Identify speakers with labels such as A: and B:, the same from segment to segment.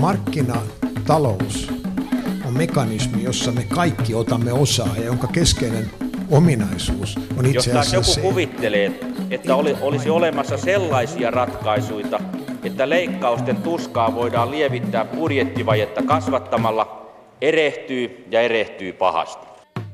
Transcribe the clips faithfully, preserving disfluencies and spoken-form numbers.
A: markkinatalous on mekanismi, jossa me kaikki otamme osaa ja jonka keskeinen ominaisuus on itse asiassa
B: Jos
A: se.
B: joku kuvittelee, että oli, olisi olemassa sellaisia ratkaisuja, että leikkausten tuskaa voidaan lievittää budjettivajetta kasvattamalla, erehtyy ja erehtyy pahasti.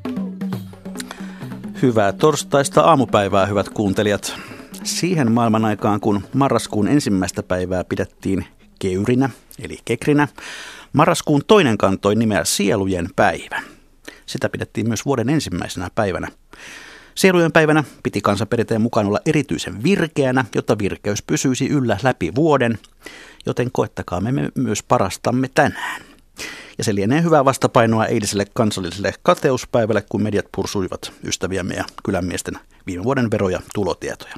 C: Hyvää torstaista aamupäivää, hyvät kuuntelijat. Siihen maailman aikaan, kun marraskuun ensimmäistä päivää pidettiin keyrinä, eli kekrinä, marraskuun toinen kantoi nimeä Sielujen päivä. Sitä pidettiin myös vuoden ensimmäisenä päivänä. Sielujen päivänä piti kansanperinteen mukaan olla erityisen virkeänä, jotta virkeys pysyisi yllä läpi vuoden, joten koettakaamme me myös parastamme tänään. Ja se lienee hyvää vastapainoa eiliselle kansalliselle kateuspäivälle, kun mediat pursuivat ystäviämme ja kylänmiesten viime vuoden vero- ja tulotietoja.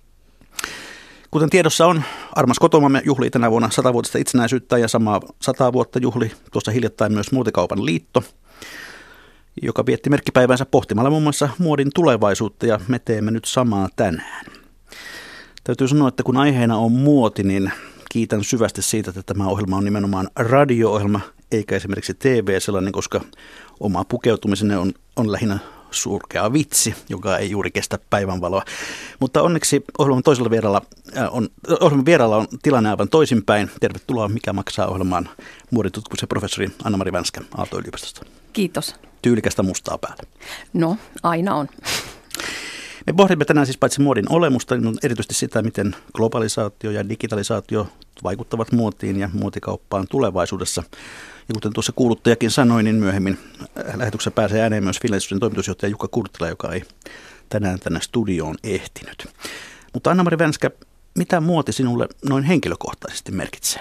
C: Kuten tiedossa on, armas kotomamme juhlii tänä vuonna satavuotista itsenäisyyttä ja samaa sataa vuotta juhli tuossa hiljattain myös Muotikaupan liitto, joka vietti merkkipäivänsä pohtimalla muun muassa muodin tulevaisuutta, ja me teemme nyt samaa tänään. Täytyy sanoa, että kun aiheena on muoti, niin kiitän syvästi siitä, että tämä ohjelma on nimenomaan radio-ohjelma, eikä esimerkiksi T V-sellainen, koska oma pukeutumisenne on, on lähinnä surkea vitsi, joka ei juuri kestä päivänvaloa. Mutta onneksi ohjelman toisella vieralla on, ohjelman vieralla on tilanne aivan toisinpäin. Tervetuloa Mikä maksaa -ohjelmaan muoditutkimuksen professori Anna-Mari Vänskä Aalto-yliopistosta.
D: Kiitos.
C: Tyylikästä mustaa päällä.
D: No, aina on.
C: Me pohdimme tänään siis paitsi muodin olemusta, niin erityisesti sitä, miten globalisaatio ja digitalisaatio vaikuttavat muotiin ja muotikauppaan tulevaisuudessa. Ja kuten tuossa kuuluttajakin sanoi, niin myöhemmin lähetyksessä pääsee ääneen myös Finlandsin toimitusjohtaja Jukka Kurttila, joka ei tänään tänne studioon ehtinyt. Mutta Anna-Mari Vänskä, mitä muoti sinulle noin henkilökohtaisesti merkitsee?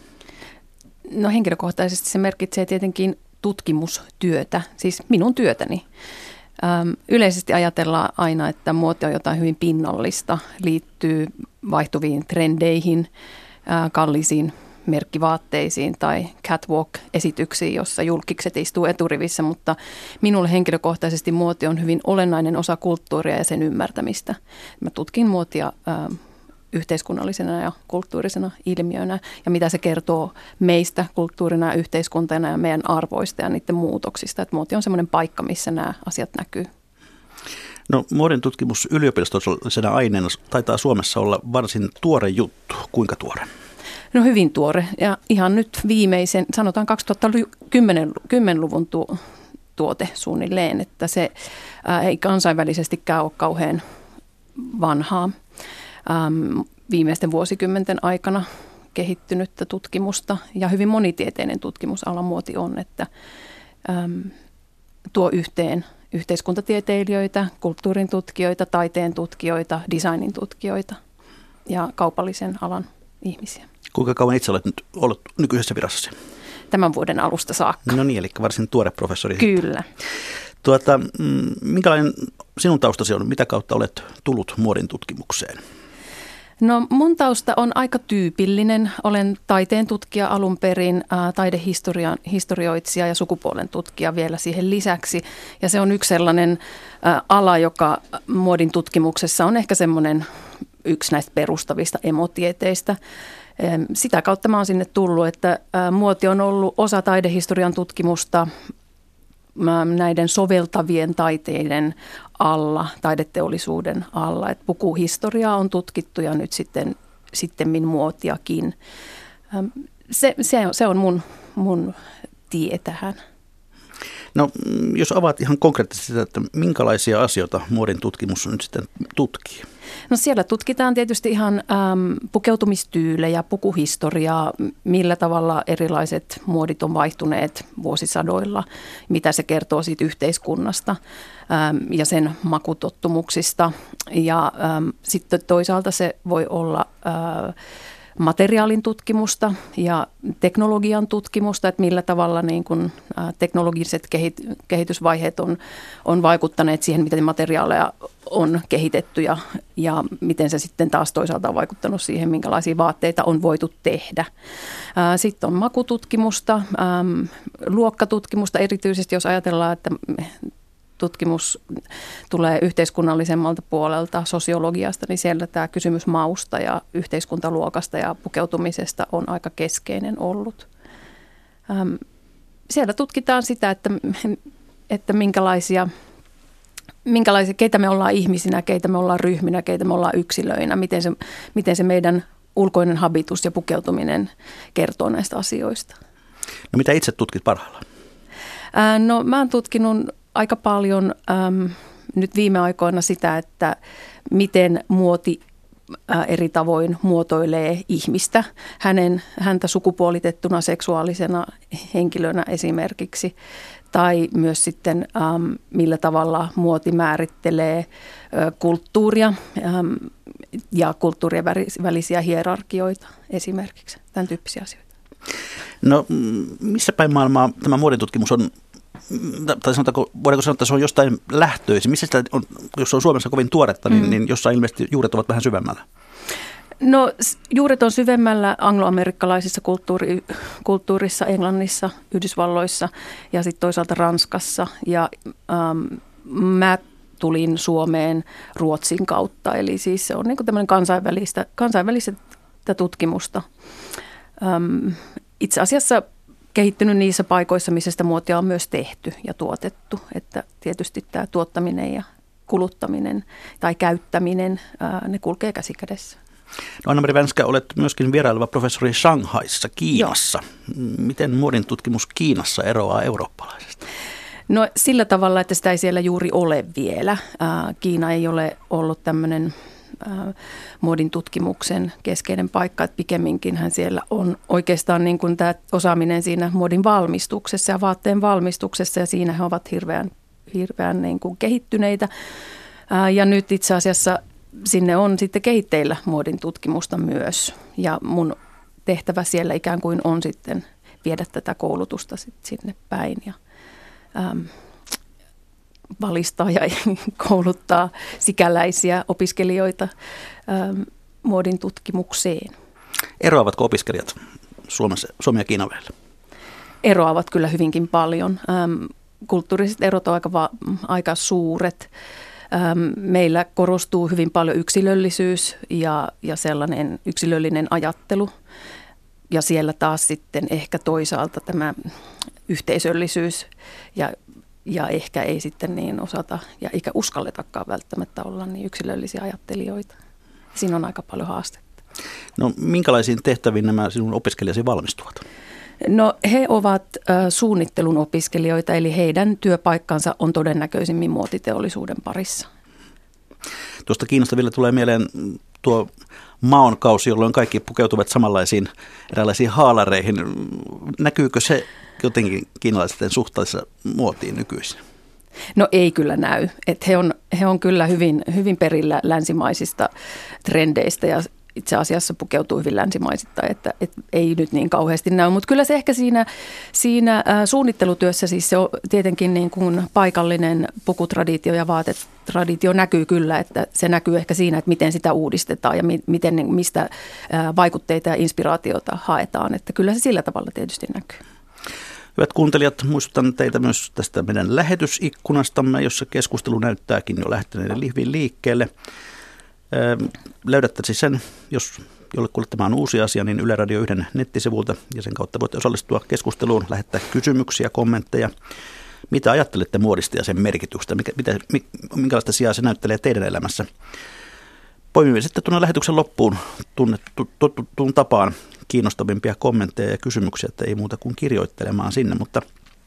D: No henkilökohtaisesti se merkitsee tietenkin tutkimustyötä, siis minun työtäni. Öm, yleisesti ajatellaan aina, että muoti on jotain hyvin pinnallista, liittyy vaihtuviin trendeihin, ää, kalliisiin merkkivaatteisiin tai catwalk-esityksiin, jossa julkikset istuu eturivissä, mutta minulle henkilökohtaisesti muoti on hyvin olennainen osa kulttuuria ja sen ymmärtämistä. Mä tutkin muotia ää, yhteiskunnallisena ja kulttuurisena ilmiönä ja mitä se kertoo meistä kulttuurina ja yhteiskuntana ja meidän arvoista ja niiden muutoksista. Että muoti on semmoinen paikka, missä nämä asiat näkyy.
C: No, muodin tutkimus yliopistollisena aineena taitaa Suomessa olla varsin tuore juttu. Kuinka tuore?
D: No hyvin tuore ja ihan nyt viimeisen, sanotaan kaksituhattakymmenluvun tu- tuote suunnilleen, että se ää, ei kansainvälisestikään ole kauhean vanhaa. Ähm, viimeisten vuosikymmenten aikana kehittynyttä tutkimusta ja hyvin monitieteinen tutkimusala muoti on, että äm, tuo yhteen yhteiskuntatieteilijöitä, kulttuurin tutkijoita, taiteen tutkijoita, designin tutkijoita ja kaupallisen alan ihmisiä.
C: Kuinka kauan itse olet nyt ollut nykyisessä virassasi?
D: Tämän vuoden alusta saakka.
C: No niin, eli varsin tuore professori.
D: Kyllä.
C: Tuota, minkälainen sinun taustasi on? Mitä kautta olet tullut muodin tutkimukseen?
D: No mun tausta on aika tyypillinen. Olen taiteen tutkija alun perin, ää, taidehistorioitsija ja sukupuolen tutkija vielä siihen lisäksi. Ja se on yksi sellainen ää, ala, joka muodin tutkimuksessa on ehkä semmoinen yksi näistä perustavista emotieteistä. Sitä kautta mä oon sinne tullut, että ää, muoti on ollut osa taidehistorian tutkimusta näiden soveltavien taiteiden alla, taideteollisuuden alla. Et pukuhistoriaa on tutkittu ja nyt sitten sittemmin muotiakin. Se, se, on, se on mun, mun tie tähän.
C: No, jos avaat ihan konkreettisesti sitä, että minkälaisia asioita muodin tutkimus nyt sitten tutkii?
D: No siellä tutkitaan tietysti ihan äm, pukeutumistyylejä, pukuhistoriaa, millä tavalla erilaiset muodit on vaihtuneet vuosisadoilla, mitä se kertoo siitä yhteiskunnasta äm, ja sen makutottumuksista. Ja äm, sitten toisaalta se voi olla Ä, materiaalin tutkimusta ja teknologian tutkimusta, että millä tavalla niin kuin teknologiset kehitysvaiheet on, on vaikuttaneet siihen, miten materiaaleja on kehitetty ja, ja miten se sitten taas toisaalta on vaikuttanut siihen, minkälaisia vaatteita on voitu tehdä. Sitten on makututkimusta, luokkatutkimusta erityisesti, jos ajatellaan, että tutkimus tulee yhteiskunnallisemmalta puolelta, sosiologiasta, niin siellä tämä kysymys mausta ja yhteiskuntaluokasta ja pukeutumisesta on aika keskeinen ollut. Ähm, siellä tutkitaan sitä, että, että minkälaisia, minkälaisia, keitä me ollaan ihmisinä, keitä me ollaan ryhminä, keitä me ollaan yksilöinä, miten se, miten se meidän ulkoinen habitus ja pukeutuminen kertoo näistä asioista.
C: No mitä itse tutkit parhaillaan?
D: Ää, no mä oon tutkinut aika paljon äm, nyt viime aikoina sitä, että miten muoti ää, eri tavoin muotoilee ihmistä, hänen, häntä sukupuolitettuna seksuaalisena henkilönä esimerkiksi, tai myös sitten äm, millä tavalla muoti määrittelee ä, kulttuuria äm, ja kulttuurien välisiä hierarkioita esimerkiksi, tämän tyyppisiä asioita.
C: No missä päin maailmaa tämä muodintutkimus on, tai sanotaanko, voidaanko sanoa, että se on jostain lähtöisin? Missä sitä on, jos se on Suomessa kovin tuoretta, niin, mm. niin jossain ilmeisesti juuret ovat vähän syvemmällä? No
D: juuret on syvemmällä angloamerikkalaisessa kulttuuri, kulttuurissa, Englannissa, Yhdysvalloissa ja sitten toisaalta Ranskassa. Ja ähm, mä tulin Suomeen Ruotsin kautta, eli siis se on niin kuin tämmöinen kansainvälistä, kansainvälistä tutkimusta. Ähm, itse asiassa kehittynyt niissä paikoissa, missä sitä muotia on myös tehty ja tuotettu. Että tietysti tämä tuottaminen ja kuluttaminen tai käyttäminen, ää, ne kulkee käsi kädessä.
C: No Anna-Mari Vänskä, olet myöskin vieraileva professori Shanghaissa, Kiinassa. Joo. Miten muodin tutkimus Kiinassa eroaa eurooppalaisesta?
D: No sillä tavalla, että sitä ei siellä juuri ole vielä. Ää, Kiina ei ole ollut tämmöinen muodin tutkimuksen keskeinen paikka, että pikemminkinhän siellä on oikeastaan niin kuin tämä osaaminen siinä muodin valmistuksessa ja vaatteen valmistuksessa, ja siinä he ovat hirveän, hirveän niin kuin kehittyneitä. Ja nyt itse asiassa sinne on sitten kehitteillä muodin tutkimusta myös, ja mun tehtävä siellä ikään kuin on sitten viedä tätä koulutusta sitten sinne päin ja ähm, valistaa ja kouluttaa sikäläisiä opiskelijoita ähm, muodin tutkimukseen.
C: Eroavatko opiskelijat Suomessa, Suomen ja Kiinan välillä?
D: Eroavat kyllä hyvinkin paljon. Ähm, kulttuuriset erot ovat aika, va- aika suuret. Ähm, meillä korostuu hyvin paljon yksilöllisyys ja, ja sellainen yksilöllinen ajattelu. Ja siellä taas sitten ehkä toisaalta tämä yhteisöllisyys ja Ja ehkä ei sitten niin osata ja eikä uskalletakaan välttämättä olla niin yksilöllisiä ajattelijoita. Siinä on aika paljon haastetta.
C: No minkälaisiin tehtäviin nämä sinun opiskelijasi valmistuvat?
D: No he ovat äh, suunnittelun opiskelijoita, eli heidän työpaikkansa on todennäköisimmin muotiteollisuuden parissa.
C: Tuosta Kiinasta vielä tulee mieleen tuo Maon kausi, jolloin kaikki pukeutuvat samanlaisiin erilaisiin haalareihin. Näkyykö se jotenkin kiinalaisten suhteessa muotiin nykyisin?
D: No ei kyllä näy. Et he, on, he on kyllä hyvin, hyvin perillä länsimaisista trendeistä ja itse asiassa pukeutuu hyvin länsimaisittain, että, että ei nyt niin kauheasti näy. Mutta kyllä se ehkä siinä, siinä ää, suunnittelutyössä siis se on tietenkin niin kuin paikallinen pukutraditio ja vaatetraditio näkyy kyllä, että se näkyy ehkä siinä, että miten sitä uudistetaan ja mi, miten, mistä ää, vaikutteita ja inspiraatiota haetaan. Että kyllä se sillä tavalla tietysti näkyy.
C: Hyvät kuuntelijat, muistutan teitä myös tästä meidän lähetysikkunastamme, jossa keskustelu näyttääkin jo lähteneiden livin liikkeelle. Löydätte siis sen, jos jollekulle tämä on uusi asia, niin Yle Radio yhden nettisivulta, ja sen kautta voitte osallistua keskusteluun, lähettää kysymyksiä, kommentteja. Mitä ajattelette muodista ja sen merkityksestä? Mikä, mitä, minkälaista sijaa se näyttelee teidän elämässä? Poimimme sitten tuonne lähetyksen loppuun tunnettu, tunnettuun tapaan kiinnostavimpia kommentteja ja kysymyksiä, että ei muuta kuin kirjoittelemaan sinne. Mutta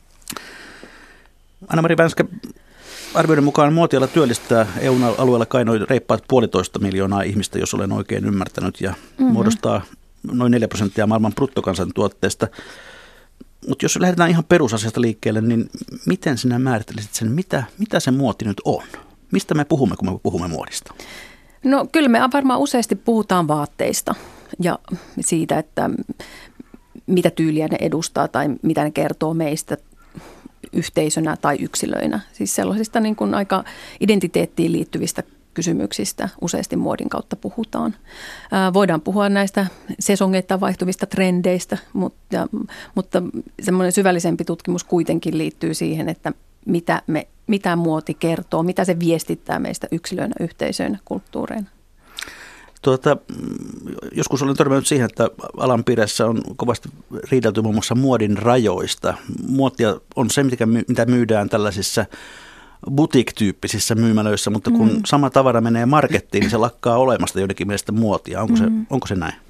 C: Anna-Mari Vänskä, arvioiden mukaan muotiala työllistää E U-alueella kai noin reippaat puolitoista miljoonaa ihmistä, jos olen oikein ymmärtänyt, ja mm-hmm. muodostaa noin neljä prosenttia maailman bruttokansantuotteesta. Mutta jos lähdetään ihan perusasiasta liikkeelle, niin miten sinä määrittelisit sen, mitä, mitä se muoti nyt on? Mistä me puhumme, kun me puhumme muodista?
D: No kyllä me varmaan useasti puhutaan vaatteista ja siitä, että mitä tyyliä ne edustaa tai mitä ne kertoo meistä yhteisönä tai yksilöinä. Siis sellaisista niin kuin aika identiteettiin liittyvistä kysymyksistä useasti muodin kautta puhutaan. Ää, voidaan puhua näistä sesongeittain vaihtuvista trendeistä, mutta, mutta semmoinen syvällisempi tutkimus kuitenkin liittyy siihen, että mitä, me, mitä muoti kertoo, mitä se viestittää meistä yksilöinä, yhteisöinä, kulttuureina.
C: Tuota, joskus olen törmännyt siihen, että alan piirissä on kovasti riidelty muun muassa muodin rajoista. Muotia on se, mitä myydään tällaisissa boutique-tyyppisissä myymälöissä, mutta kun mm. sama tavara menee markettiin, niin se lakkaa olemasta joidenkin mielestä muotia. Onko, mm. se, onko se näin?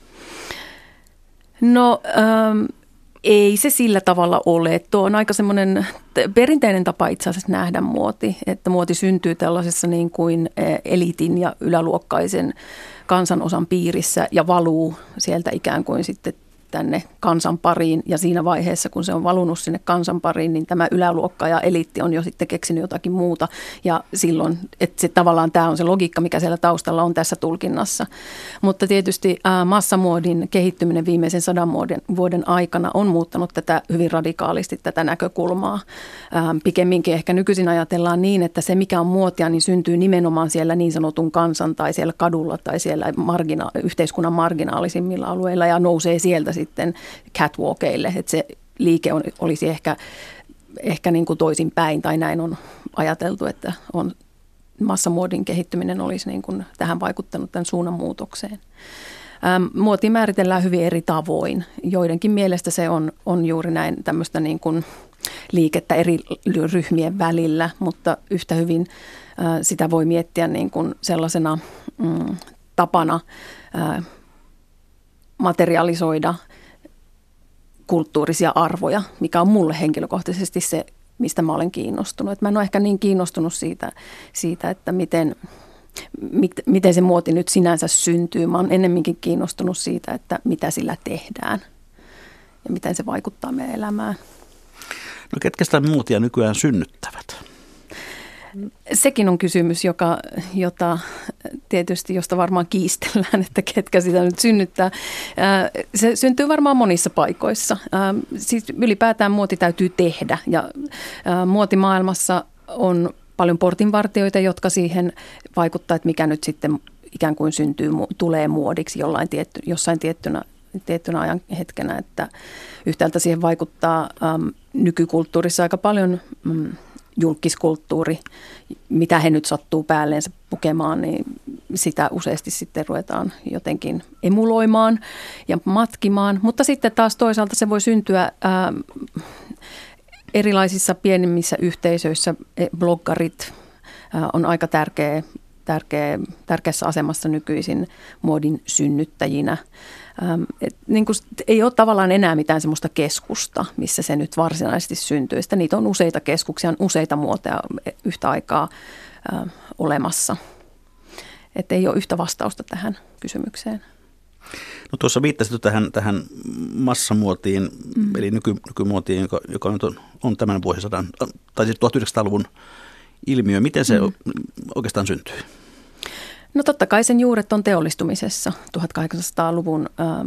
D: No ähm, ei se sillä tavalla ole. Tuo on aika semmoinen perinteinen tapa itse asiassa nähdä muoti, että muoti syntyy tällaisessa niin kuin eliitin ja yläluokkaisen kansanosan piirissä ja valuu sieltä ikään kuin sitten tänne kansan pariin, ja siinä vaiheessa, kun se on valunut sinne kansan pariin, niin tämä yläluokka ja eliitti on jo sitten keksinyt jotakin muuta, ja silloin, että se, tavallaan tämä on se logiikka, mikä siellä taustalla on tässä tulkinnassa. Mutta tietysti ää, massamuodin kehittyminen viimeisen sadan vuoden, vuoden aikana on muuttanut tätä hyvin radikaalisti, tätä näkökulmaa. Ää, pikemminkin ehkä nykyisin ajatellaan niin, että se mikä on muotia, niin syntyy nimenomaan siellä niin sanotun kansan tai siellä kadulla tai siellä margina- yhteiskunnan marginaalisimmilla alueilla, ja nousee sieltä sitten catwalkeille, että se liike on, olisi ehkä, ehkä niin kuin toisin päin, tai näin on ajateltu, että on massamuodin kehittyminen olisi niin kuin tähän vaikuttanut tämän suunnanmuutokseen. Ähm, muoti määritellään hyvin eri tavoin. Joidenkin mielestä se on, on juuri näin tämmöistä niin kuin liikettä eri ryhmien välillä, mutta yhtä hyvin äh, sitä voi miettiä niin kuin sellaisena mm, tapana äh, materialisoida kulttuurisia arvoja, mikä on mulle henkilökohtaisesti se, mistä mä olen kiinnostunut. Et mä en ole ehkä niin kiinnostunut siitä, siitä että miten, mit, miten se muoti nyt sinänsä syntyy. Mä oon ennemminkin kiinnostunut siitä, että mitä sillä tehdään ja miten se vaikuttaa meidän elämään.
C: No ketkä sitä muotia nykyään synnyttävät?
D: Sekin on kysymys, joka, jota tietysti, josta varmaan kiistellään, että ketkä sitä nyt synnyttää. Se syntyy varmaan monissa paikoissa. Siis ylipäätään muoti täytyy tehdä, ja muotimaailmassa on paljon portinvartijoita, jotka siihen vaikuttaa, että mikä nyt sitten ikään kuin syntyy, tulee muodiksi jollain tietty, jossain tiettynä, tiettynä ajan hetkenä. Että yhtäältä siihen vaikuttaa nykykulttuurissa aika paljon julkiskulttuuri, mitä he nyt sattuu päälleensä pukemaan, niin sitä useasti sitten ruvetaan jotenkin emuloimaan ja matkimaan. Mutta sitten taas toisaalta se voi syntyä ää, erilaisissa pienemmissä yhteisöissä. Bloggarit ää, on aika tärkeä, tärkeä, tärkeässä asemassa nykyisin muodin synnyttäjinä. Ähm, et, niin kuin, ei ole tavallaan enää mitään semmoista keskusta, missä se nyt varsinaisesti syntyy. Sitten niitä on useita keskuksia, on useita muotoja yhtä aikaa äh, olemassa. Että ei ole yhtä vastausta tähän kysymykseen.
C: No tuossa viittasit tähän, tähän massamuotiin, mm. eli nyky, nykymuotiin, joka, joka nyt on, on tämän vuosisadan, tai siis tuhatyhdeksänsataaluvun ilmiö. Miten se mm. oikeastaan syntyy?
D: No totta kai sen juuret on teollistumisessa tuhatkahdeksansataaluvun ähm,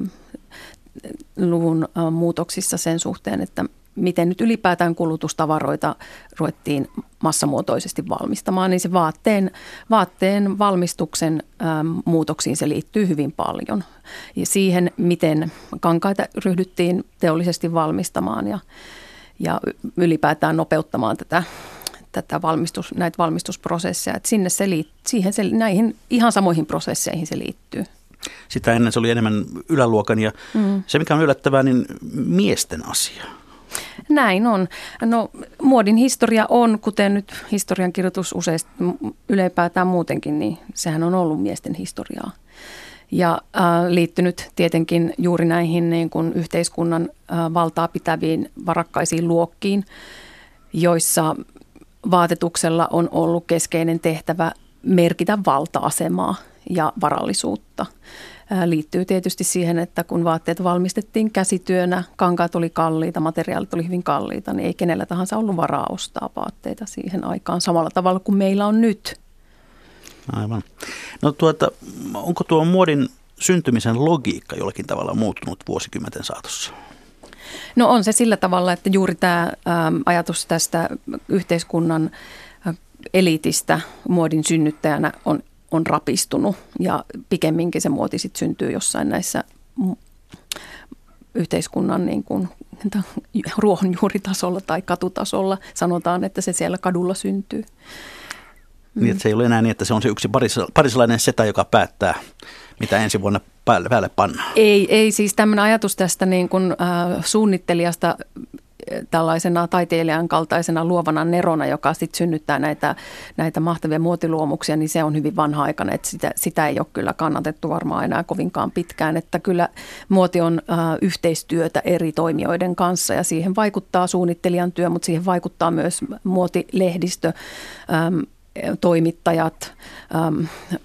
D: luvun, äh, muutoksissa sen suhteen, että miten nyt ylipäätään kulutustavaroita ruvettiin massamuotoisesti valmistamaan, niin se vaatteen, vaatteen valmistuksen ähm, muutoksiin se liittyy hyvin paljon. Ja siihen, miten kankaita ryhdyttiin teollisesti valmistamaan ja, ja ylipäätään nopeuttamaan tätä tätä valmistus, näitä valmistusprosesseja, että sinne se liittyy, siihen se, näihin ihan samoihin prosesseihin se liittyy.
C: Sitä ennen se oli enemmän yläluokan ja mm. se mikä on yllättävää, niin miesten asia.
D: Näin on. No muodin historia on, kuten nyt historiankirjoitus useasti ylipäätään muutenkin, niin sehän on ollut miesten historiaa. Ja äh, liittynyt tietenkin juuri näihin niin kuin yhteiskunnan äh, valtaa pitäviin varakkaisiin luokkiin, joissa vaatetuksella on ollut keskeinen tehtävä merkitä valta-asemaa ja varallisuutta. Liittyy tietysti siihen, että kun vaatteet valmistettiin käsityönä, kankaat oli kalliita, materiaalit oli hyvin kalliita, niin ei kenellä tahansa ollut varaa ostaa vaatteita siihen aikaan samalla tavalla kuin meillä on nyt.
C: Aivan. No tuota, onko tuo muodin syntymisen logiikka jollakin tavalla muuttunut vuosikymmenten saatossa?
D: No on se sillä tavalla, että juuri tämä ä, ajatus tästä yhteiskunnan ä, eliitistä muodin synnyttäjänä on, on rapistunut ja pikemminkin se muoti sitten syntyy jossain näissä m- yhteiskunnan niin kuin, ruohonjuuritasolla tai katutasolla. Sanotaan, että se siellä kadulla syntyy.
C: Niin, että se ei ole enää niin, että se on se yksi paris, parisalainen setä, joka päättää, mitä ensi vuonna päälle, päälle pannaan.
D: Ei, ei siis tämmöinen ajatus tästä niin kuin, äh, suunnittelijasta tällaisena taiteilijan kaltaisena luovana nerona, joka sitten synnyttää näitä, näitä mahtavia muotiluomuksia, niin se on hyvin vanha-aikainen, että sitä, sitä ei ole kyllä kannatettu varmaan enää kovinkaan pitkään, että kyllä muoti on äh, yhteistyötä eri toimijoiden kanssa ja siihen vaikuttaa suunnittelijan työ, mutta siihen vaikuttaa myös muotilehdistö, ähm, toimittajat, ähm,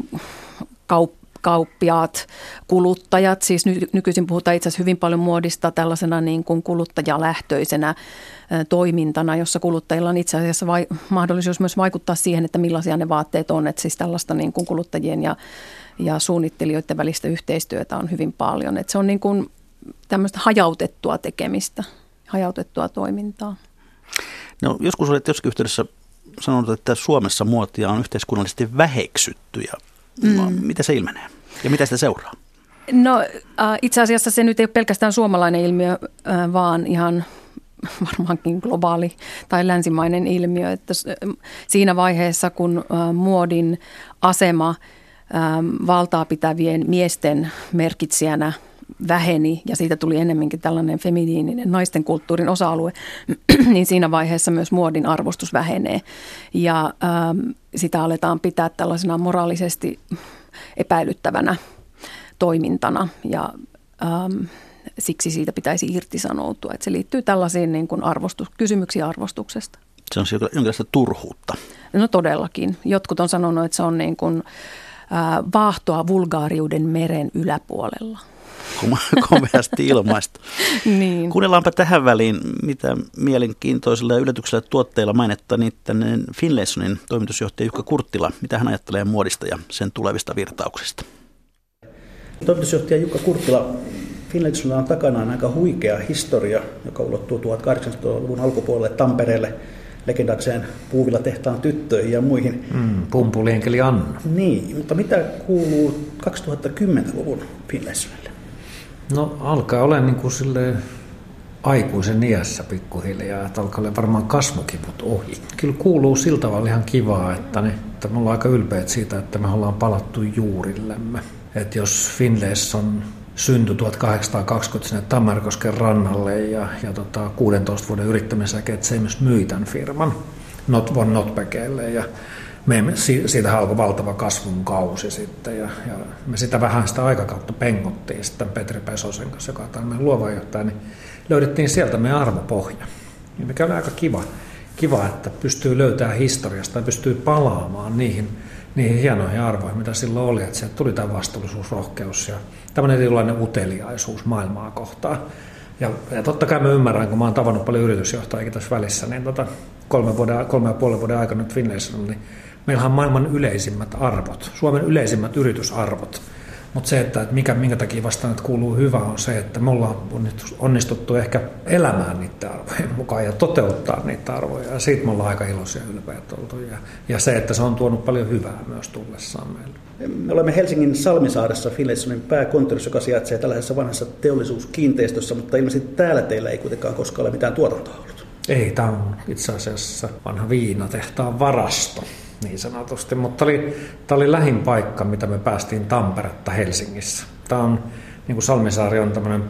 D: kaup- kauppiaat, kuluttajat, siis ny- nykyisin puhutaan itse asiassa hyvin paljon muodista tällaisena niin kuin kuluttajalähtöisenä ä, toimintana, jossa kuluttajilla on itse asiassa vai- mahdollisuus myös vaikuttaa siihen, että millaisia ne vaatteet on, että siis tällaista niin kuin kuluttajien ja, ja suunnittelijoiden välistä yhteistyötä on hyvin paljon, että se on niin kuin tämmöistä hajautettua tekemistä, hajautettua toimintaa.
C: No joskus olet jossakin yhteydessä sanonut, että Suomessa muotia on yhteiskunnallisesti väheksytty ja Mm. Mitä se ilmenee ja mitä sitä seuraa?
D: No itse asiassa se nyt ei ole pelkästään suomalainen ilmiö, vaan ihan varmaankin globaali tai länsimainen ilmiö. Että siinä vaiheessa, kun muodin asema valtaa pitävien miesten merkitsijänä väheni ja siitä tuli ennemminkin tällainen feminiininen naisten kulttuurin osa-alue, niin siinä vaiheessa myös muodin arvostus vähenee ja ähm, sitä aletaan pitää tällaisena moraalisesti epäilyttävänä toimintana ja ähm, siksi siitä pitäisi irtisanoutua. Että se liittyy tällaisiin niin kuin arvostus, kysymyksiin arvostuksesta.
C: Se on jonkinlaista turhuutta.
D: No todellakin. Jotkut on sanonut, että se on niin kuin äh, vaahtoa vulgaariuden meren yläpuolella.
C: Komeasti ilmaista.
D: Niin.
C: Kuunnellaanpa tähän väliin, mitä mielenkiintoisilla ja yllätyksellä tuotteilla mainetta niiden Finlaysonin toimitusjohtaja Jukka Kurttila, mitä hän ajattelee muodista ja sen tulevista virtauksista.
E: Toimitusjohtaja Jukka Kurttila, Finlaysonilla on takanaan aika huikea historia, joka ulottuu tuhatkahdeksansataaluvun alkupuolelle Tampereelle, legendaariseen puuvillatehtaan tyttöihin ja muihin.
A: Mm, Pumpulienkeli Anna.
E: Niin, mutta mitä kuuluu kaksituhattakymmenluvun Finlaysonille?
A: No alkaa olla niin kuin silleen aikuisen iässä pikkuhiljaa, että alkaa olla varmaan kasvukivut ohi. Kyllä kuuluu sillä tavalla ihan kivaa, että, ne, että me ollaan aika ylpeät siitä, että me ollaan palattu juurillemme. Että jos Finlayson syntyi tuhatkahdeksansataakaksikymmentä sinne Tammerkosken rannalle ja, ja tota, kuudentoista vuoden yrittämisen jälkeen, että se myös myi tämän firman Not von Notbeckeille ja me, siitä alkoi valtava kasvun kausi sitten ja, ja me sitä vähän sitä aikakautta pengottiin sitten Petri Pesosen kanssa, joka on meidän luovajohtaja, niin löydettiin sieltä meidän arvopohja, mikä oli aika kiva, kiva, että pystyy löytämään historiasta ja pystyy palaamaan niihin, niihin hienoihin arvoihin, mitä silloin oli, että sieltä tuli tämä vastuullisuus, rohkeus ja tämmöinen erilainen uteliaisuus maailmaa kohtaan. Ja, ja totta kai mä ymmärrän, kun mä oon tavannut paljon yritysjohtajiakin tässä välissä, niin tota, kolme, vuoden, kolme ja puolen vuoden aikana nyt Finlaysonilla, niin meillähän on maailman yleisimmät arvot, Suomen yleisimmät yritysarvot. Mutta se, että mikä, minkä takia vastaan että kuuluu hyvä, on se, että me ollaan onnistuttu ehkä elämään niitä arvojen mukaan ja toteuttaa niitä arvoja. Ja siitä me ollaan aika iloisia ja ylpeät oltu. Ja, ja se, että se on tuonut paljon hyvää myös tullessaan meille.
E: Me olemme Helsingin Salmisaaressa Finlaysonin pääkonttorissa, joka sijaitsee tällaisessa vanhassa teollisuuskiinteistössä, mutta ilmeisesti täällä teillä ei kuitenkaan koskaan ole mitään tuotantoa ollut.
A: Ei, tämä on itse asiassa vanha viinatehtaan varasto. Niin sanotusti, mutta tämä oli, oli lähin paikka, mitä me päästiin Tamperetta Helsingissä. Tämä on, niin kuin Salmisaari on tämmöinen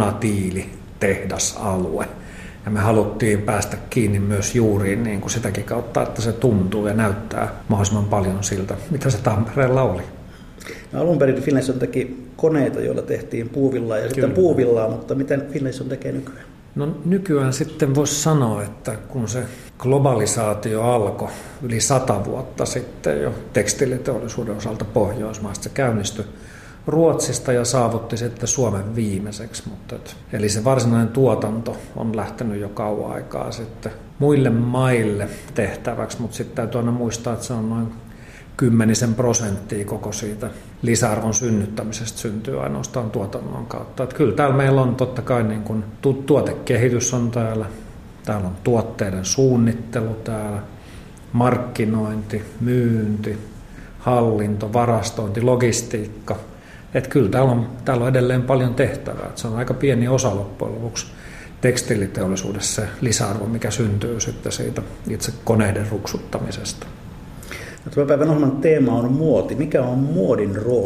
A: punatiili-tehdasalue. Ja me haluttiin päästä kiinni myös juuriin niin kuin sitäkin kautta, että se tuntuu ja näyttää mahdollisimman paljon siltä, mitä se Tampereella oli.
E: No, alun perin Finlayson teki koneita, joilla tehtiin puuvillaa ja Kyllä. sitten puuvillaa, mutta miten Finlayson tekee nykyään?
A: No nykyään sitten voisi sanoa, että kun se globalisaatio alkoi yli sata vuotta sitten jo tekstiiliteollisuuden osalta Pohjoismaista, se käynnistyi Ruotsista ja saavutti sitten Suomen viimeiseksi. Mutta et, eli se varsinainen tuotanto on lähtenyt jo kauan aikaa sitten muille maille tehtäväksi, mutta sitten täytyy aina muistaa, että se on noin kymmenisen prosenttia koko siitä lisäarvon synnyttämisestä syntyy ainoastaan tuotannon kautta. Että kyllä täällä meillä on totta kai niin kuin tuotekehitys on täällä, täällä on tuotteiden suunnittelu täällä, markkinointi, myynti, hallinto, varastointi, logistiikka. Että kyllä täällä on, täällä on edelleen paljon tehtävää. Että se on aika pieni osa loppujen lopuksi tekstiiliteollisuudessa se lisäarvo, mikä syntyy sitten siitä itse koneiden ruksuttamisesta.
E: Tämän päivän ohjelman teema on muoti. Mikä on muodin rooli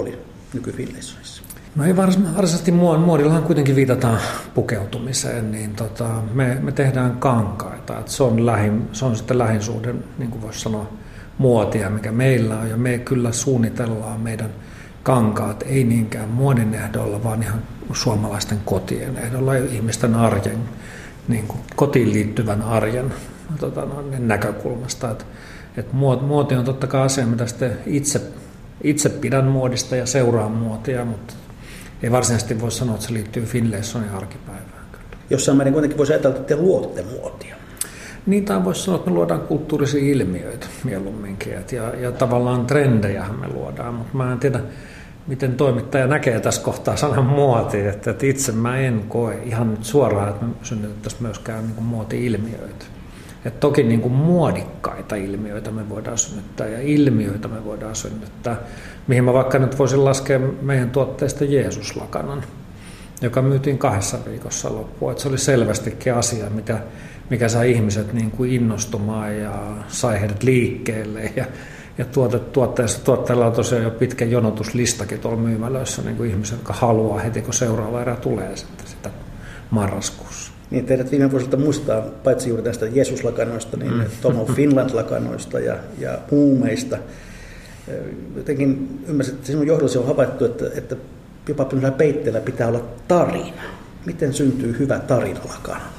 E: nyky-Finlaysonissa?
A: No ei varsinaisesti muodillahan kuitenkin viitataan pukeutumiseen, niin tota, me, me tehdään kankaita. Et se, on lähin, se on sitten lähinsuhde, niin kuin voisi sanoa, muotia, mikä meillä on. Ja me kyllä suunnitellaan meidän kankaat, ei niinkään muodin ehdolla, vaan ihan suomalaisten kotien ehdolla ja ihmisten arjen, niin kuin kotiin liittyvän arjen tota, no, näkökulmasta. Et, et muoti on totta kai asia, mitä sitten itse, itse pidän muodista ja seuraan muotia, mutta ei varsinaisesti voi sanoa, että se liittyy Finlaysonin arkipäivään. Kyllä.
E: Jossain määrin kuitenkin voisi ajatella, että te luotte muotia.
A: Niin, tai voisi sanoa, että me luodaan kulttuurisia ilmiöitä mieluumminkin. Ja, ja tavallaan trendejähän me luodaan, mutta mä en tiedä, miten toimittaja näkee tässä kohtaa sanan muoti. Että, että itse mä en koe ihan nyt suoraan, että me synnytettäisiin myöskään niin kuin muoti-ilmiöitä. Et toki niin kuin muodikkaita ilmiöitä me voidaan synnyttää ja ilmiöitä me voidaan synnyttää, mihin mä vaikka nyt voisin laskea meidän tuotteesta Jeesus-lakanan, joka myytiin kahdessa viikossa loppuun. Et se oli selvästikin asia, mikä, mikä sai ihmiset niin kuin innostumaan ja sai heidät liikkeelle. Ja, ja tuote, tuotteessa, tuotteella on tosiaan jo pitkä jonotuslistakin tuolla myymälöissä niin kuin ihmiset, jotka haluaa heti, kun seuraava erä tulee sitten sitä marraskuussa.
E: Niin, teidät viime vuosilta muistaa, paitsi juuri tästä Jeesus-lakanoista, niin mm. Tom of Finland-lakanoista ja, ja muumeista. Jotenkin ymmärsin, että sinun johdollasi on havaittu, että, että jopa peitteellä pitää olla tarina. Miten syntyy hyvä tarina lakanalle?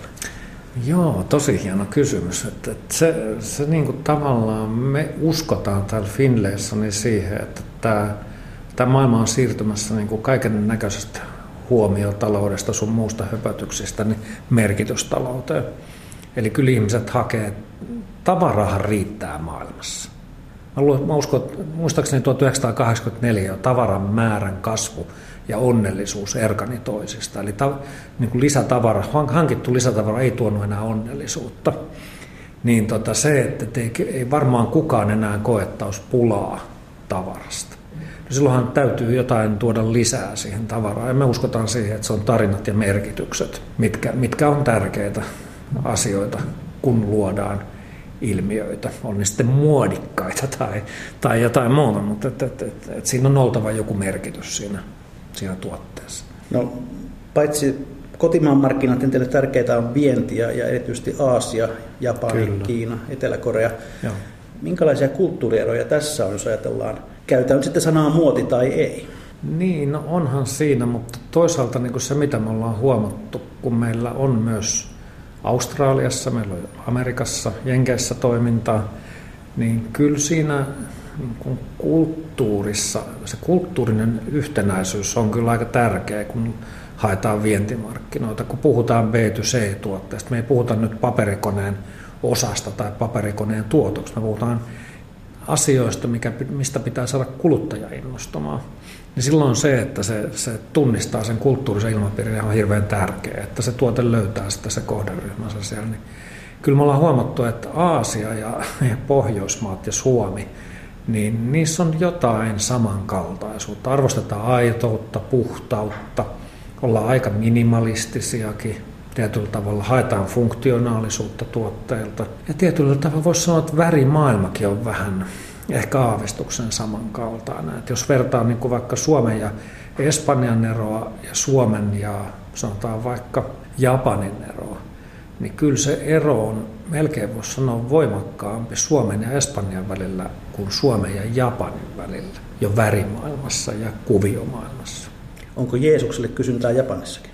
A: Joo, tosi hieno kysymys. Että, että se, se niin kuin tavallaan me uskotaan täällä Finlaysonin siihen, että tämä, tämä maailma on siirtymässä niin kuin kaiken näköisestä huomiotaloudesta sun muusta höpötyksistä niin merkitystalouteen. Eli kyllä ihmiset hakee, tavarahan riittää maailmassa. Mä, luulen, mä uskon, että muistaakseni tuhatyhdeksänsataakahdeksankymmentäneljä jo tavaran määrän kasvu ja onnellisuus erkani toisista. Eli ta, niin kuin lisätavara, hankittu lisätavara ei tuonut enää onnellisuutta. Niin tota se, että ei, ei varmaan kukaan enää koe, että olisi pulaa tavarasta. No silloinhan täytyy jotain tuoda lisää siihen tavaraan. Ja me uskotaan siihen, että se on tarinat ja merkitykset, mitkä, mitkä on tärkeitä asioita, kun luodaan ilmiöitä. On ne sitten muodikkaita tai, tai jotain muuta, mutta et, et, et, et siinä on oltava joku merkitys siinä, siinä tuotteessa.
E: No, paitsi kotimaan markkinat, teille tärkeää on vientiä ja erityisesti Aasia, Japani, Kyllä. Kiina, Etelä-Korea. Joo. Minkälaisia kulttuurieroja tässä on, jos ajatellaan? Käytän sitten sanaa muoti tai ei.
A: Niin, no onhan siinä, mutta toisaalta niin kuin se, mitä me ollaan huomattu, kun meillä on myös Australiassa, meillä on Amerikassa, Jenkeissä toimintaa, niin kyllä siinä niin kuin kulttuurissa, se kulttuurinen yhtenäisyys on kyllä aika tärkeä, kun haetaan vientimarkkinoita. Kun puhutaan B to C-tuotteesta, me ei puhuta nyt paperikoneen osasta tai paperikoneen tuotoksi, me puhutaan asioista, mikä, mistä pitää saada kuluttaja innostumaan. Niin silloin se, että se, se tunnistaa sen kulttuurisen ilmapiirin, on hirveän tärkeää, että se tuote löytää sitä se kohderyhmänsä siellä. Niin kyllä me ollaan huomattu, että Aasia ja, ja Pohjoismaat ja Suomi, niin niissä on jotain samankaltaisuutta. Arvostetaan aitoutta, puhtautta, ollaan aika minimalistisiakin. Tietyllä tavalla haetaan funktionaalisuutta tuotteilta. Ja tietyllä tavalla voisi sanoa, että värimaailmakin on vähän ehkä aavistuksen samankaltainen. Että jos vertaa niin kuin vaikka Suomen ja Espanjan eroa ja Suomen ja sanotaan vaikka Japanin eroa, niin kyllä se ero on melkein voisi sanoa voimakkaampi Suomen ja Espanjan välillä kuin Suomen ja Japanin välillä jo värimaailmassa ja kuviomaailmassa.
E: Onko Jeesukselle kysyntää Japanissakin?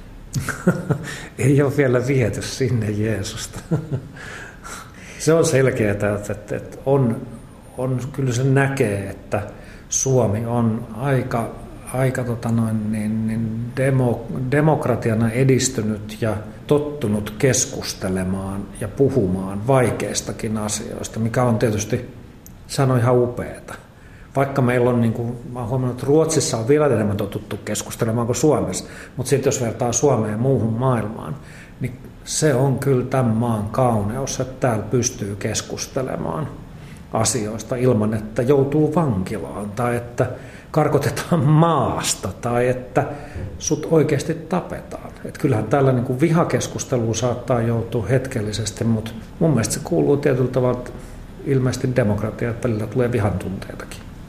A: Ei ole vielä viety sinne Jeesusta. Se on selkeää, että on, on, kyllä se näkee, että Suomi on aika, aika tota noin, niin, niin demo, demokratiana edistynyt ja tottunut keskustelemaan ja puhumaan vaikeistakin asioista, mikä on tietysti, se on ihan upeata. Vaikka meillä on, niin kuin, mä olen huomannut, että Ruotsissa on vielä enemmän totuttu keskustelemaan kuin Suomessa, mutta sitten jos vertaa Suomeen ja muuhun maailmaan, niin se on kyllä tämän maan kauneus, että täällä pystyy keskustelemaan asioista ilman, että joutuu vankilaan tai että karkotetaan maasta tai että sut oikeasti tapetaan. Et kyllähän täällä niin kuin vihakeskusteluun saattaa joutua hetkellisesti, mutta mun mielestä se kuuluu tietyllä tavalla ilmeisesti demokratiaan, että välillä tulee vihan tunteitakin.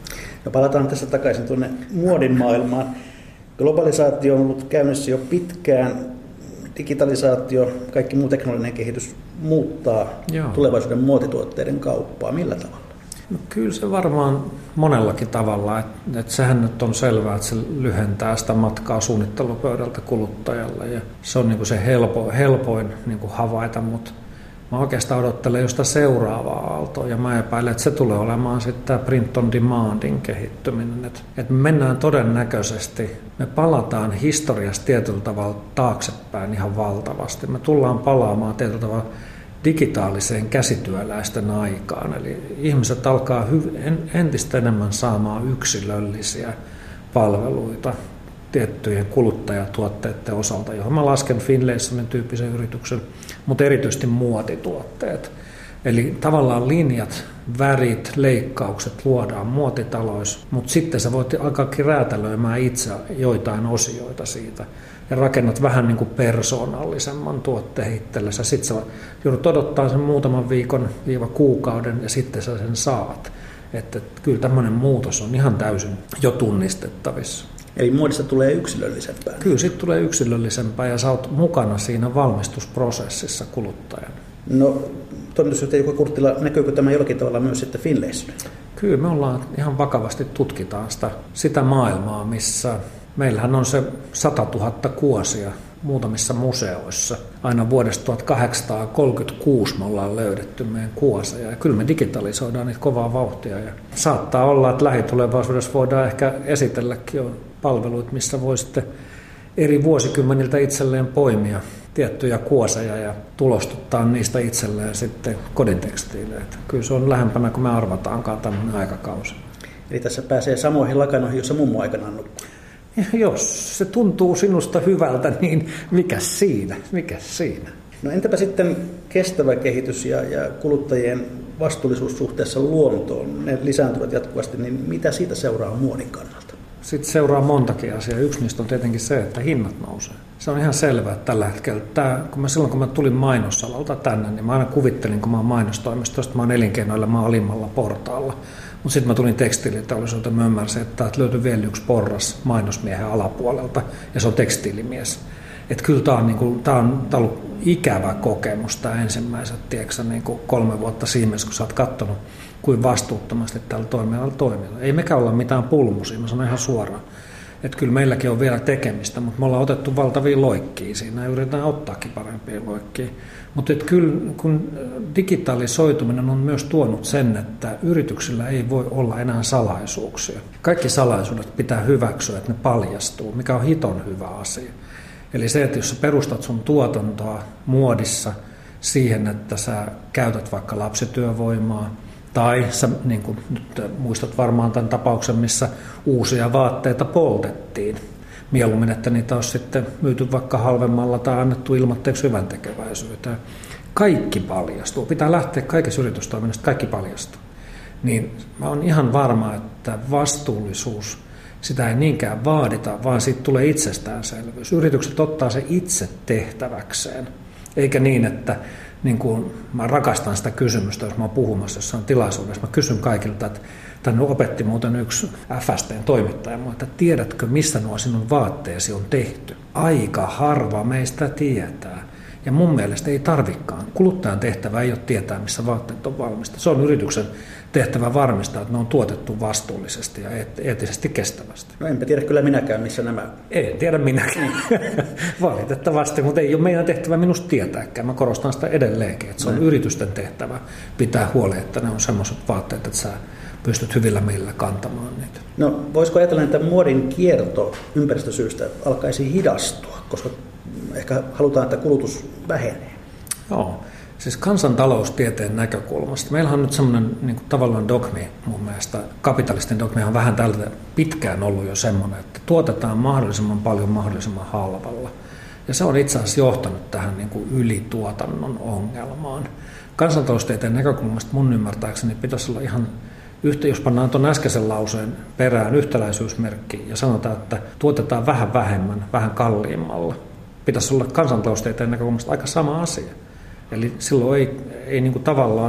E: No palataan tässä takaisin tuonne muodin maailmaan. Globalisaatio on ollut käynnissä jo pitkään. Digitalisaatio, kaikki muu teknologinen kehitys muuttaa Joo. tulevaisuuden muotituotteiden kauppaa. Millä tavalla?
A: No kyllä se varmaan monellakin tavalla. Että et sehän nyt on selvää, että se lyhentää sitä matkaa suunnittelupöydältä kuluttajalle. Ja se on niinku se helpo, helpoin niinku havaita, mutta mä oikeastaan odottelen jo sitä seuraavaa aaltoa, ja mä epäilen, että se tulee olemaan sitten tämä print on demandin kehittyminen. Että et me mennään todennäköisesti, me palataan historiassa tietyllä tavalla taaksepäin ihan valtavasti. Me tullaan palaamaan tietyllä tavalla digitaaliseen käsityöläisten aikaan. Eli ihmiset alkaa hy- entistä enemmän saamaan yksilöllisiä palveluita tiettyjen kuluttajatuotteiden osalta, johon mä lasken Finlaysonin tyyppisen yrityksen, mutta erityisesti muotituotteet. Eli tavallaan linjat, värit, leikkaukset luodaan muotitaloissa, mutta sitten sä voit alkaakin räätälöimään itse joitain osioita siitä ja rakennat vähän niin kuin persoonallisemman tuotteen itsellesi. Sitten sä joudut odottaa sen muutaman viikon viiva kuukauden ja sitten sä sen saat. Että kyllä tämmöinen muutos on ihan täysin jo tunnistettavissa.
E: Eli muodista tulee yksilöllisempää.
A: Kyllä, sitten tulee yksilöllisempää ja sä oot mukana siinä valmistusprosessissa kuluttajana.
E: No, toimitusjohtaja Jukka Kurttila, näkyykö tämä jollakin tavalla myös sitten Finlaysonin?
A: Kyllä, me ollaan ihan vakavasti tutkitaan sitä, sitä maailmaa, missä meillähän on se satatuhatta kuosia muutamissa museoissa. Aina vuodesta tuhatkahdeksansataakolmekymmentäkuusi me ollaan löydetty meidän kuoseja. Ja kyllä me digitalisoidaan niitä kovaa vauhtia. Ja saattaa olla, että lähitulevaisuudessa voidaan ehkä esitelläkin jo palveluita, missä voi sitten eri vuosikymmeniltä itselleen poimia tiettyjä kuoseja ja tulostuttaa niistä itselleen sitten kodintekstiileitä. Kyllä se on lähempänä kuin me arvataankaan tämmöinen aikakausi.
E: Eli tässä pääsee samoihin lakanoihin, jossa mummo aikanaan nukkui.
A: Jos se tuntuu sinusta hyvältä, niin mikä siinä? Mikä siinä?
E: No entäpä sitten kestävä kehitys ja, ja kuluttajien vastuullisuus suhteessa luontoon? Ne lisääntyvät jatkuvasti, niin mitä siitä seuraa muodin kannalta?
A: Sitten seuraa montakin asiaa. Yksi niistä on tietenkin se, että hinnat nousee. Se on ihan selvää, että tällä hetkellä, tämä, kun mä silloin kun mä tulin mainosalalta tänne, niin mä aina kuvittelin, kun mä oon mainostoimistosta, mä oon elinkeinoilla, mä oon alimmalla portaalla. Mutta sitten mä tulin tekstiiliteollisuuteen, mä ymmärsin, että täältä löytyi vielä yksi porras mainosmiehen alapuolelta, ja se on tekstiilimies. Että kyllä tämä on, niinku, tää on, tää on ollut ikävä kokemus, tämä ensimmäiset, tiedätkö, niinku kolme vuotta Siemens, kun sä oot katsonut, kuin vastuuttomasti tällä toimialalla toimilla. Ei mekään olla mitään pulmusia, mä sanon ihan suoraan. Että kyllä meilläkin on vielä tekemistä, mutta me ollaan otettu valtavia loikkia siinä ja yritetään ottaakin parempia loikkia. Mutta kyllä kun digitalisoituminen on myös tuonut sen, että yrityksillä ei voi olla enää salaisuuksia. Kaikki salaisuudet pitää hyväksyä, että ne paljastuu, mikä on hiton hyvä asia. Eli se, että jos sä perustat sun tuotantoa muodissa siihen, että sä käytät vaikka lapsityövoimaa, tai sä niin kuin, nyt muistat varmaan tämän tapauksen, missä uusia vaatteita poltettiin. Mieluummin, että niitä olisi sitten myyty vaikka halvemmalla tai annettu ilmoitteeksi hyvän tekeväisyyteen. Kaikki paljastuu. Pitää lähteä kaikessa yritystoiminnasta, kaikki paljastuu. Niin mä oon ihan varma, että vastuullisuus, sitä ei niinkään vaadita, vaan siitä tulee itsestäänselvyys. Yritykset ottaa se itse tehtäväkseen, eikä niin, että niin kuin mä rakastan sitä kysymystä, jos mä oon puhumassa jossain tilaisuudessa. Mä kysyn kaikilta, että tänne opetti muuten yksi F S T:n toimittaja, että tiedätkö, missä nuo sinun vaatteesi on tehty? Aika harva meistä tietää. Ja mun mielestä ei tarvikaan. Kuluttajan tehtävä ei ole tietää, missä vaatteet on valmista. Se on yrityksen tehtävä varmistaa, että ne on tuotettu vastuullisesti ja eettisesti kestävästi.
E: No enpä tiedä kyllä minäkään, missä nämä...
A: En tiedä minäkään. Valitettavasti, mutta ei ole meidän tehtävä minusta tietääkään. Mä korostan sitä edelleenkin, että se on no. yritysten tehtävä pitää huolen, että ne on semmoiset vaatteet, että sä pystyt hyvillä meillä kantamaan niitä.
E: No voisiko ajatella, että muodin kierto ympäristösyystä alkaisi hidastua, koska ehkä halutaan, että kulutus vähenee?
A: Joo. Siis kansantaloustieteen näkökulmasta. Meillä on nyt semmoinen niin kuin tavallaan dogmi mun mielestä. Kapitalistinen dogmi on vähän tältä pitkään ollut jo semmoinen, että tuotetaan mahdollisimman paljon mahdollisimman halvalla. Ja se on itse asiassa johtanut tähän niin kuin ylituotannon ongelmaan. Kansantaloustieteen näkökulmasta mun ymmärtääkseni pitäisi olla ihan yhtä, jos pannaan tuon äskeisen lauseen perään yhtäläisyysmerkki ja sanotaan, että tuotetaan vähän vähemmän, vähän kalliimmalla. Pitäisi olla kansantaloustieteen näkökulmasta aika sama asia. Eli silloin ei, ei niin kuin tavallaan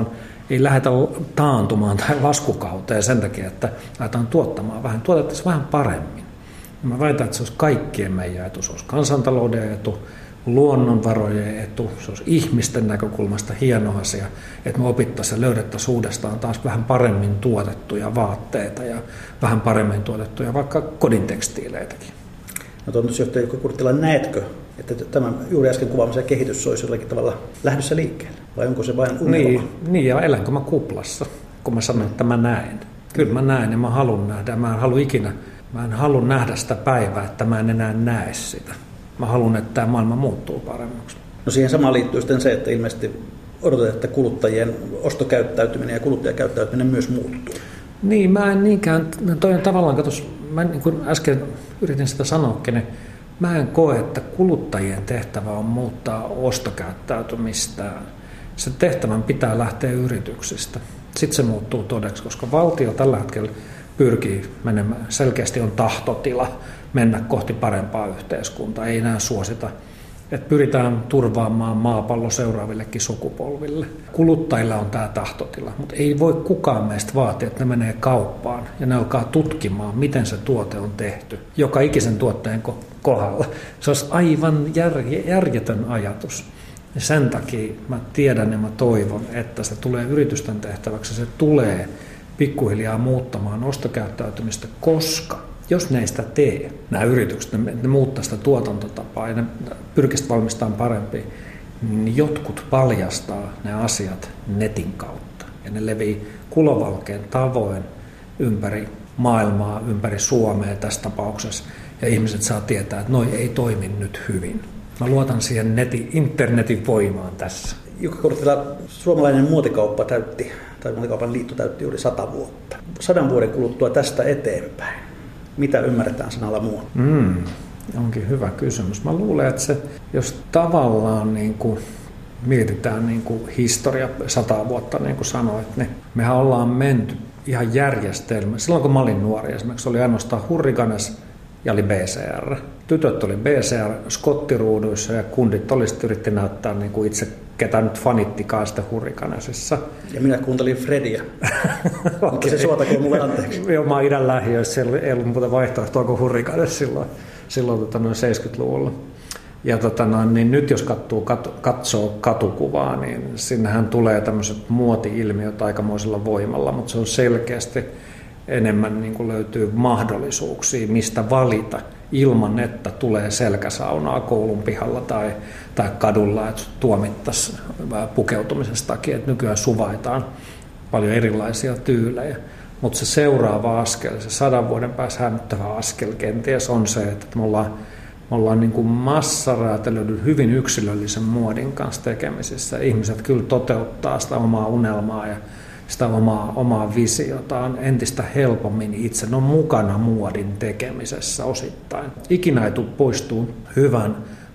A: ei lähdetä taantumaan tai laskukauteen sen takia, että lähdetään tuottamaan vähän, tuotettaisiin vähän paremmin. Ja mä väitän, että se olisi kaikkien meidän etu. Se olisi kansantalouden etu, luonnonvarojen etu, se olisi ihmisten näkökulmasta hieno asia, että me opittaisiin ja löydettäisiin uudestaan taas vähän paremmin tuotettuja vaatteita ja vähän paremmin tuotettuja vaikka kodin tekstiileitäkin.
E: No toimitusjohtaja Jukka Kurttila, näetkö, että tämä juuri äsken kuvaamisen kehitys olisi jollakin tavalla lähdössä liikkeelle? Vai onko se vain unelma?
A: Niin, niin, ja elänkö mä kuplassa, kun mä sanon, että mä näen. Kyllä mä näen ja mä haluan nähdä. Mä en halua ikinä, mä en halua nähdä sitä päivää, että mä en enää näe sitä. Mä haluan, että tämä maailma muuttuu paremmaksi.
E: No siihen samaan liittyy sitten se, että ilmeisesti odotetaan, että kuluttajien ostokäyttäytyminen ja kuluttajakäyttäytyminen myös muuttuu.
A: Niin, mä en niinkään, toi on tavallaan, katos, mä niin kuin äsken yritin sitä sanoakin, niin mä en koe, että kuluttajien tehtävä on muuttaa ostokäyttäytymistä. Se tehtävän pitää lähteä yrityksistä. Sitten se muuttuu todeksi, koska valtio tällä hetkellä pyrkii menemään, selkeästi on tahtotila mennä kohti parempaa yhteiskuntaa, ei enää suosita, että pyritään turvaamaan maapallo seuraavillekin sukupolville. Kuluttajilla on tämä tahtotila, mutta ei voi kukaan meistä vaatia, että ne menee kauppaan ja ne alkaa tutkimaan, miten se tuote on tehty, joka ikisen tuotteen kohdalla. Se olisi aivan järjetön ajatus. Ja sen takia mä tiedän ja mä toivon, että se tulee yritysten tehtäväksi, se tulee pikkuhiljaa muuttamaan ostokäyttäytymistä, koska jos ne ei sitä tee, nämä yritykset, ne, ne muuttaa sitä tuotantotapaa ja ne pyrkisivät valmistamaan parempia, niin jotkut paljastaa ne asiat netin kautta. Ja ne levii kulovalkeen tavoin ympäri maailmaa, ympäri Suomea tässä tapauksessa. Ja ihmiset saa tietää, että noi ei toimi nyt hyvin. Mä luotan siihen netin, internetin voimaan tässä.
E: Jukka Kurttila, suomalainen muotikauppa täytti, tai muotikaupan liitto täytti juuri sata vuotta. Sadan vuoden kuluttua tästä eteenpäin. Mitä ymmärretään sanalla muotti?
A: Mm, onkin hyvä kysymys. Mä luulen, että se, jos tavallaan niin kuin mietitään niin kuin historia sata vuotta, niin kuin sanoit, niin mehän ollaan menty ihan järjestelmä. Silloin kun mä olin nuori, esimerkiksi oli ainoastaan Hurricanes ja oli B C R. Tytöt oli B C R skottiruuduissa ja kundit olisivat yritti näyttää niin kuin itse ketä nyt fanittikaan sitä Hurricanesissa. Ja
E: minä kuuntelin Fredia, okay. Mutta se suotakoon mulle anteeksi.
A: Joo, mä oon idän lähiöissä, siellä ei ollut muuta vaihtoehtoa kuin Hurricanes silloin, silloin tota, noin seitsemänkymmentäluvulla. Ja tota, noin, niin nyt jos katsoo, kat, katsoo katukuvaa, niin sinnehän tulee tämmöiset muoti-ilmiöt aikamoisella voimalla, mutta se on selkeästi enemmän niin kuin löytyy mahdollisuuksia, mistä valita ilman, että tulee selkäsaunaa koulun pihalla tai, tai kadulla, että tuomittaisiin pukeutumisesta takia, että nykyään suvaitaan paljon erilaisia tyylejä. Mutta se seuraava askel, se sadan vuoden päässä hämmättävä askel kenties on se, että me ollaan, me ollaan niin kuin massaräätelöidyn hyvin yksilöllisen muodin kanssa tekemisissä. Ihmiset kyllä toteuttaa sitä omaa unelmaa ja sitä omaa, omaa visiotaan entistä helpommin itse. Ne on mukana muodin tekemisessä osittain. Ikinä ei tule poistua hyvän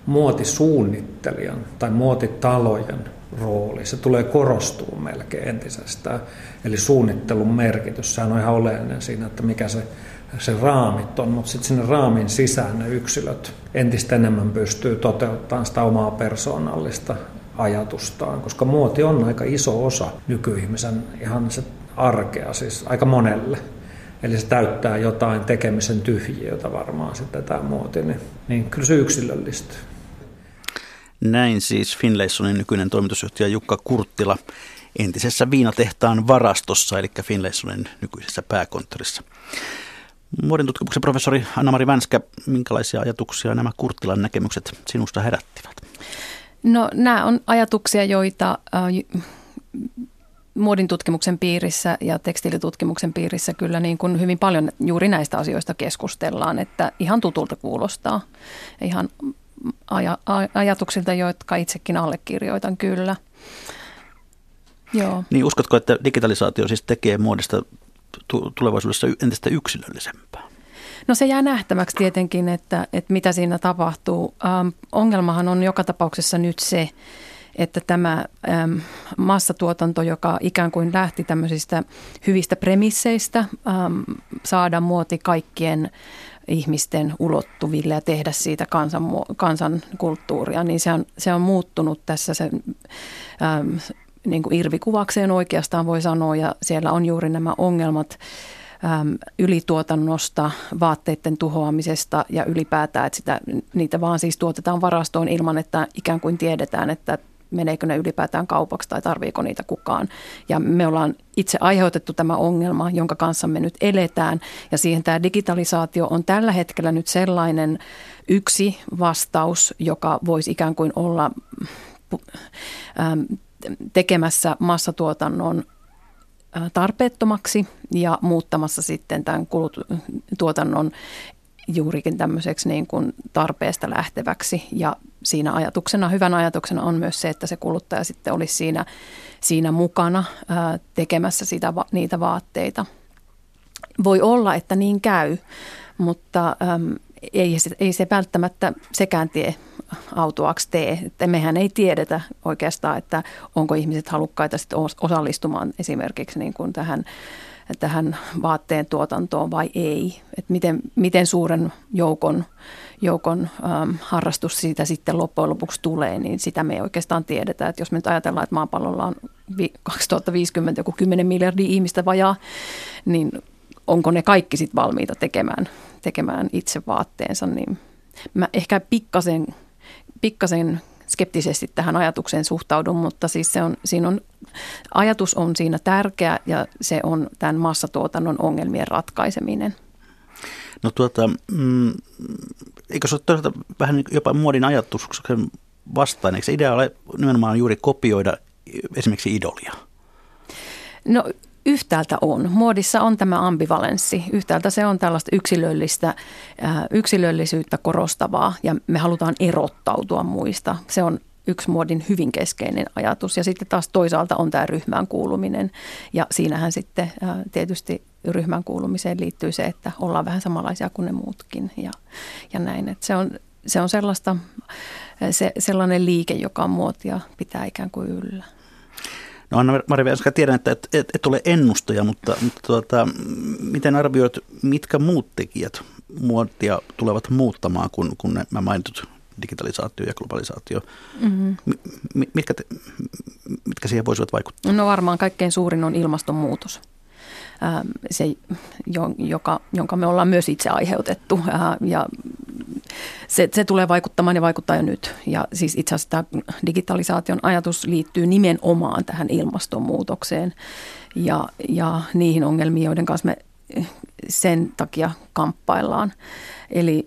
A: muotisuunnittelijan tai muotitalojen rooli. Se tulee korostua melkein entisestään. Eli suunnittelun merkitys, sehän on ihan oleellinen siinä, että mikä se, se raamit on, mutta sitten sinne raamin sisään ne yksilöt entistä enemmän pystyy toteuttamaan sitä omaa persoonallista ajatustaan, koska muoti on aika iso osa nykyihmisen ihan se arkea, siis aika monelle. Eli se täyttää jotain tekemisen tyhjiötä varmaan sitten tämä muoti, niin, niin kyllä se yksilöllistyy.
C: Näin siis Finlaysonin nykyinen toimitusjohtaja Jukka Kurttila entisessä viinatehtaan varastossa, eli Finlaysonin nykyisessä pääkonttorissa. Muodin tutkimuksen professori Anna-Mari Vänskä, minkälaisia ajatuksia nämä Kurttilan näkemykset sinusta herättivät?
D: No nämä on ajatuksia, joita äh, muodin tutkimuksen piirissä ja tekstiilitutkimuksen piirissä kyllä niin kuin hyvin paljon juuri näistä asioista keskustellaan, että ihan tutulta kuulostaa. Ihan aja, ajatuksilta, jotka itsekin allekirjoitan kyllä. Joo.
C: Niin uskotko, että digitalisaatio siis tekee muodista tulevaisuudessa entistä yksilöllisempää?
D: No se jää nähtäväksi tietenkin, että, että mitä siinä tapahtuu. Ähm, ongelmahan on joka tapauksessa nyt se, että tämä ähm, massatuotanto, joka ikään kuin lähti tämmöisistä hyvistä premisseistä, ähm, saada muoti kaikkien ihmisten ulottuville ja tehdä siitä kansan, kansan kulttuuria, niin se on, se on muuttunut tässä sen, ähm, niin kuin irvikuvakseen oikeastaan voi sanoa, ja siellä on juuri nämä ongelmat äm, ylituotannosta, vaatteiden tuhoamisesta ja ylipäätään, että sitä, niitä vaan siis tuotetaan varastoon ilman, että ikään kuin tiedetään, että meneekö ne ylipäätään kaupaksi tai tarviiko niitä kukaan. Ja me ollaan itse aiheutettu tämä ongelma, jonka kanssa me nyt eletään. Ja siihen tämä digitalisaatio on tällä hetkellä nyt sellainen yksi vastaus, joka voisi ikään kuin olla tekemässä massatuotannon tarpeettomaksi ja muuttamassa sitten tämän kulutuotannon juurikin tämmöiseksi niin kuin tarpeesta lähteväksi. Ja siinä ajatuksena, hyvän ajatuksena on myös se, että se kuluttaja sitten olisi siinä, siinä mukana ää, tekemässä sitä, niitä vaatteita. Voi olla, että niin käy, mutta äm, ei, se, ei se välttämättä sekään tie autuaksi tee. Että mehän ei tiedetä oikeastaan, että onko ihmiset halukkaita sitten osallistumaan esimerkiksi niin kuin tähän tähän vaatteen tuotantoon vai ei. Että miten, miten suuren joukon, joukon äm, harrastus siitä sitten loppujen lopuksi tulee, niin sitä me ei oikeastaan tiedetä. Että jos me nyt ajatellaan, että maapallolla on kaksituhattaviisikymmentä joku kymmenen miljardia ihmistä vajaa, niin onko ne kaikki sitten valmiita tekemään, tekemään itse vaatteensa. Niin mä ehkä pikkasen, pikkasen skeptisesti tähän ajatukseen suhtaudun, mutta siis se on, siinä on, ajatus on siinä tärkeä ja se on tämän massatuotannon ongelmien ratkaiseminen.
C: No tuota, mm, eikö se ole toisaalta vähän jopa muodin ajatuksen vastainen? Eikö se idea ole nimenomaan juuri kopioida esimerkiksi idolia?
D: No yhtäältä on. Muodissa on tämä ambivalenssi. Yhtäältä se on tällaista yksilöllistä, yksilöllisyyttä korostavaa ja me halutaan erottautua muista. Se on yksi muodin hyvin keskeinen ajatus. Ja sitten taas toisaalta on tämä ryhmään kuuluminen. Ja siinähän sitten tietysti ryhmään kuulumiseen liittyy se, että ollaan vähän samanlaisia kuin ne muutkin ja, ja näin. Että se on, se on sellaista, se, sellainen liike, joka on muotia pitää ikään kuin yllä.
C: No Anna-Mari Venska, tiedän, että et, et, et ole ennustaja, mutta, mutta tuota, miten arvioit, mitkä muut tekijät muotia tulevat muuttamaan, kun, kun ne mä mainitut digitalisaatio ja globalisaatio, mm-hmm. mitkä, te, mitkä siihen voisivat vaikuttaa?
D: No varmaan kaikkein suurin on ilmastonmuutos, se, joka, jonka me ollaan myös itse aiheutettu ja se, se tulee vaikuttamaan ja vaikuttaa jo nyt. Ja siis itse asiassa tämä digitalisaation ajatus liittyy nimenomaan tähän ilmastonmuutokseen ja, ja niihin ongelmiin, joiden kanssa me sen takia kamppaillaan. Eli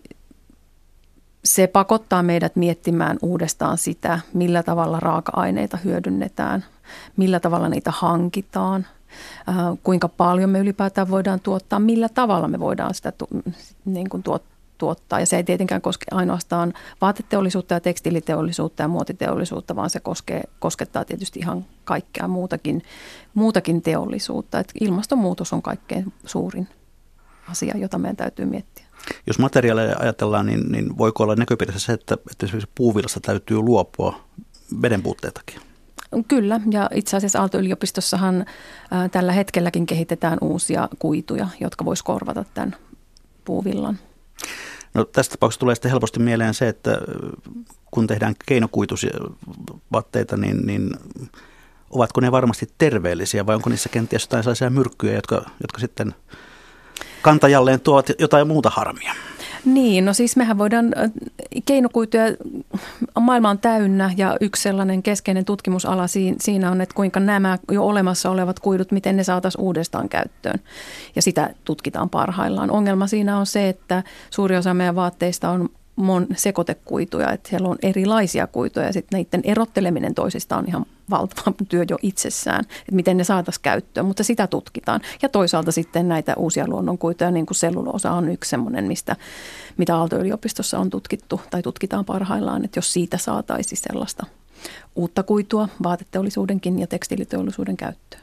D: se pakottaa meidät miettimään uudestaan sitä, millä tavalla raaka-aineita hyödynnetään, millä tavalla niitä hankitaan, kuinka paljon me ylipäätään voidaan tuottaa, millä tavalla me voidaan sitä niin kuin tuottaa. tuottaa. Ja se ei tietenkään koske ainoastaan vaateteollisuutta ja tekstiiliteollisuutta ja muotiteollisuutta, vaan se koskee, koskettaa tietysti ihan kaikkea muutakin, muutakin teollisuutta. Et ilmastonmuutos on kaikkein suurin asia, jota meidän täytyy miettiä.
C: Jos materiaaleja ajatellaan, niin, niin voiko olla näköpiirissä se, että, että esimerkiksi puuvillasta täytyy luopua veden puutteen takia?
D: Kyllä, ja itse asiassa Aalto-yliopistossahan ää, tällä hetkelläkin kehitetään uusia kuituja, jotka vois korvata tämän puuvillan.
C: No, tästä tapauksessa tulee sitten helposti mieleen se, että kun tehdään keinokuituisia vaatteita, niin, niin ovatko ne varmasti terveellisiä vai onko niissä kenties jotain sellaisia myrkkyjä, jotka, jotka sitten kantajalleen tuovat jotain muuta harmia?
D: Niin, no siis mehän voidaan, keinokuituja maailma on täynnä ja yksi sellainen keskeinen tutkimusala siinä on, että kuinka nämä jo olemassa olevat kuidut, miten ne saataisiin uudestaan käyttöön. Ja sitä tutkitaan parhaillaan. Ongelma siinä on se, että suuri osa meidän vaatteista on mon sekoitekuituja, että siellä on erilaisia kuituja ja sitten niiden erotteleminen toisistaan on ihan valtava työ jo itsessään, että miten ne saataisiin käyttöön, mutta sitä tutkitaan. Ja toisaalta sitten näitä uusia luonnonkuituja, niin kuin selluloosa on yksi semmoinen, mistä, mitä Aalto-yliopistossa on tutkittu tai tutkitaan parhaillaan, että jos siitä saataisiin sellaista uutta kuitua vaateteollisuudenkin ja tekstiiliteollisuuden käyttöön.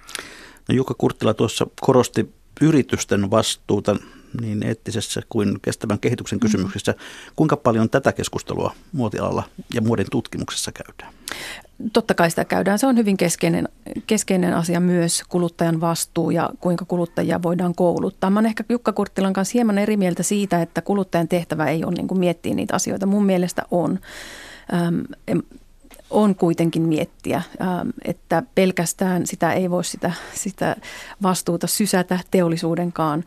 C: No Jukka Kurttila tuossa korosti yritysten vastuuta niin eettisessä kuin kestävän kehityksen kysymyksissä. Kuinka paljon tätä keskustelua muotialalla ja muodin tutkimuksessa käydään?
D: Totta kai sitä käydään. Se on hyvin keskeinen, keskeinen asia myös, kuluttajan vastuu ja kuinka kuluttajia voidaan kouluttaa. Mä olen ehkä Jukka Kurttilan kanssa hieman eri mieltä siitä, että kuluttajan tehtävä ei ole niin kuin miettiä niitä asioita. Mun mielestä on. Ähm, on kuitenkin miettiä, että pelkästään sitä ei voi sitä, sitä vastuuta sysätä teollisuudenkaan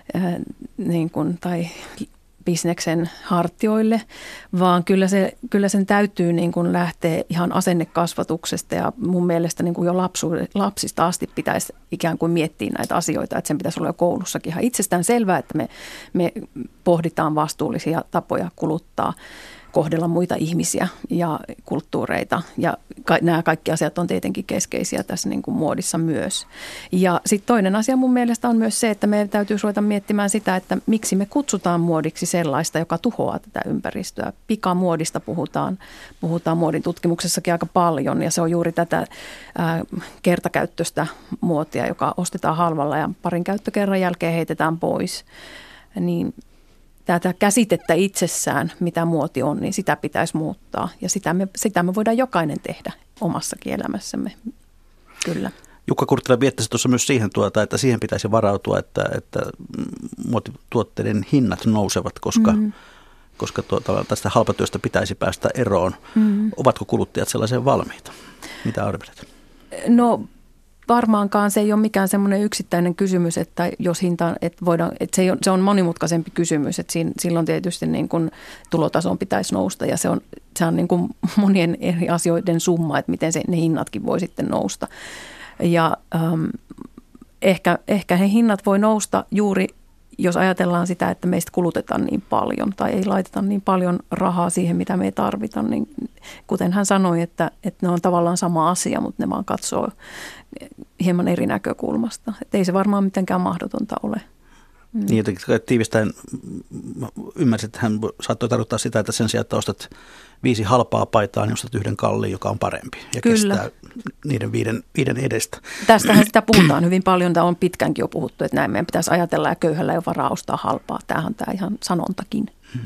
D: niin kuin, tai bisneksen hartioille, vaan kyllä, se, kyllä sen täytyy niin kuin lähteä ihan asennekasvatuksesta ja mun mielestä niin kuin jo lapsu, lapsista asti pitäisi ikään kuin miettiä näitä asioita, että sen pitäisi olla jo koulussakin ihan itsestään selvää, että me, me pohditaan vastuullisia tapoja kuluttaa, kohdella muita ihmisiä ja kulttuureita ja ka- nämä kaikki asiat on tietenkin keskeisiä tässä niin kuin muodissa myös. Ja sitten toinen asia mun mielestä on myös se, että meidän täytyy ruveta miettimään sitä, että miksi me kutsutaan muodiksi sellaista, joka tuhoaa tätä ympäristöä. Pikamuodista puhutaan, puhutaan muodin tutkimuksessakin aika paljon ja se on juuri tätä ää, kertakäyttöistä muotia, joka ostetaan halvalla ja parin käyttökerran jälkeen heitetään pois. Niin tätä käsitettä itsessään, mitä muoti on, niin sitä pitäisi muuttaa. Ja sitä me, sitä me voidaan jokainen tehdä omassakin elämässämme. Kyllä.
C: Jukka Kurttila viettäisi tuossa myös siihen, tuota, että siihen pitäisi varautua, että, että muotituotteiden hinnat nousevat, koska, mm. koska tuota, tästä halpatyöstä pitäisi päästä eroon. Mm. Ovatko kuluttajat sellaiseen valmiita? Mitä arvelet?
D: No varmaankaan se ei ole mikään semmoinen yksittäinen kysymys, että jos hinta, että voidaan, että se, on, se on monimutkaisempi kysymys, että siinä, silloin tietysti niin kuin tulotason pitäisi nousta ja se on, se on niin kuin monien eri asioiden summa, että miten se, ne hinnatkin voi sitten nousta. Ja ähm, ehkä, ehkä he hinnat voi nousta juuri, jos ajatellaan sitä, että meistä kulutetaan niin paljon tai ei laiteta niin paljon rahaa siihen, mitä me ei tarvita, niin kuten hän sanoi, että, että ne on tavallaan sama asia, mutta ne vaan katsoo hieman eri näkökulmasta. Että ei se varmaan mitenkään mahdotonta ole. Mm.
C: Niin jotenkin tiivistäen ymmärsit, että hän saattoi tarkoittaa sitä, että sen sijaan, että ostat viisi halpaa paitaa, niin ostat yhden kalliin, joka on parempi ja Kyllä. kestää niiden viiden, viiden edestä.
D: Tästähän sitä puhutaan hyvin paljon, tämä on pitkänkin jo puhuttu, että näin meidän pitäisi ajatella ja köyhällä ei ole varaa ostaa halpaa. Tämähän on tämä ihan sanontakin.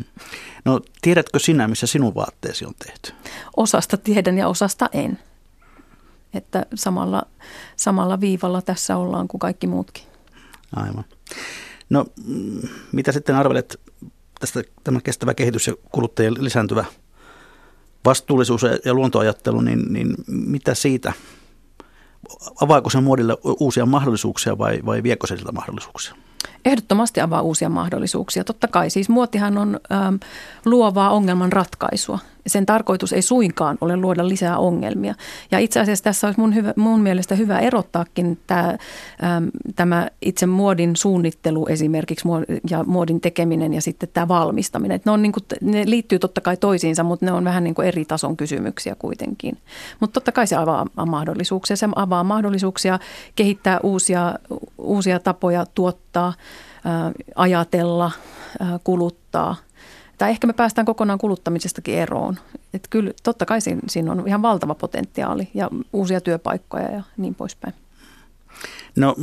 C: No tiedätkö sinä, missä sinun vaatteesi on tehty?
D: Osasta tiedän ja osasta en. Että samalla, samalla viivalla tässä ollaan kuin kaikki muutkin.
C: Aivan. No mitä sitten arvelet tästä tämä kestävä kehitys ja kuluttajien lisääntyvä vastuullisuus ja luontoajattelu, niin, niin mitä siitä? Avaako se muodille uusia mahdollisuuksia vai, vai viekö se siltä mahdollisuuksia?
D: Ehdottomasti avaa uusia mahdollisuuksia. Totta kai siis muotihan on ähm, luovaa ongelman ratkaisua. Sen tarkoitus ei suinkaan ole luoda lisää ongelmia. Ja itse asiassa tässä olisi mun, hyvä, mun mielestä hyvä erottaakin tämä, ähm, tämä itse muodin suunnittelu esimerkiksi ja muodin tekeminen ja sitten tämä valmistaminen. Ne, on niin kuin, ne liittyy totta kai toisiinsa, mutta ne on vähän niin kuin eri tason kysymyksiä kuitenkin. Mutta totta kai se avaa mahdollisuuksia. Se avaa mahdollisuuksia kehittää uusia, uusia tapoja tuottaa, ää, ajatella, ää, kuluttaa. Tai ehkä me päästään kokonaan kuluttamisestakin eroon. Että kyllä totta kai siinä, siinä on ihan valtava potentiaali ja uusia työpaikkoja ja niin poispäin.
C: No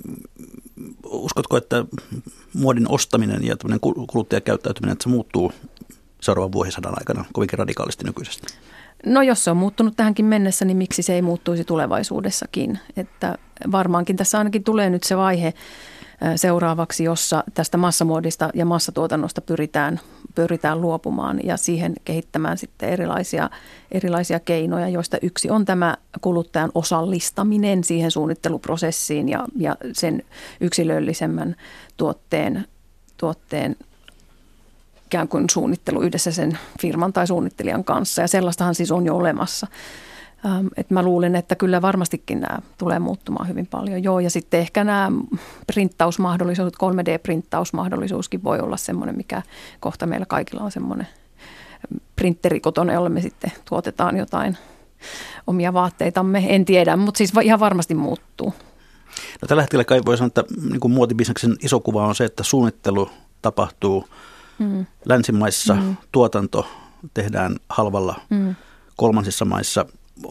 C: uskotko, että muodin ostaminen ja kuluttajakäyttäytyminen, että se muuttuu seuraavan vuosisadan aikana kovinkin radikaalisti nykyisestä?
D: No jos se on muuttunut tähänkin mennessä, niin miksi se ei muuttuisi tulevaisuudessakin? Että varmaankin tässä ainakin tulee nyt se vaihe seuraavaksi, jossa tästä massamuodista ja massatuotannosta pyritään, pyritään luopumaan ja siihen kehittämään sitten erilaisia, erilaisia keinoja, joista yksi on tämä kuluttajan osallistaminen siihen suunnitteluprosessiin ja, ja sen yksilöllisemmän tuotteen, tuotteen ikään kuin suunnittelu yhdessä sen firman tai suunnittelijan kanssa ja sellaistahan siis on jo olemassa. Ähm, et mä luulen, että kyllä varmastikin nämä tulee muuttumaan hyvin paljon. Joo, ja sitten ehkä nämä printtausmahdollisuudet, kolme D-printtausmahdollisuuskin voi olla semmoinen, mikä kohta meillä kaikilla on semmoinen printteri kotona, jolle me sitten tuotetaan jotain omia vaatteitamme. En tiedä, mutta siis ihan varmasti muuttuu.
C: No, tällä hetkellä kai voi sanoa, että niin kuin muotibisneksen iso kuva on se, että suunnittelu tapahtuu mm. länsimaissa, mm. tuotanto tehdään halvalla mm. kolmansissa maissa.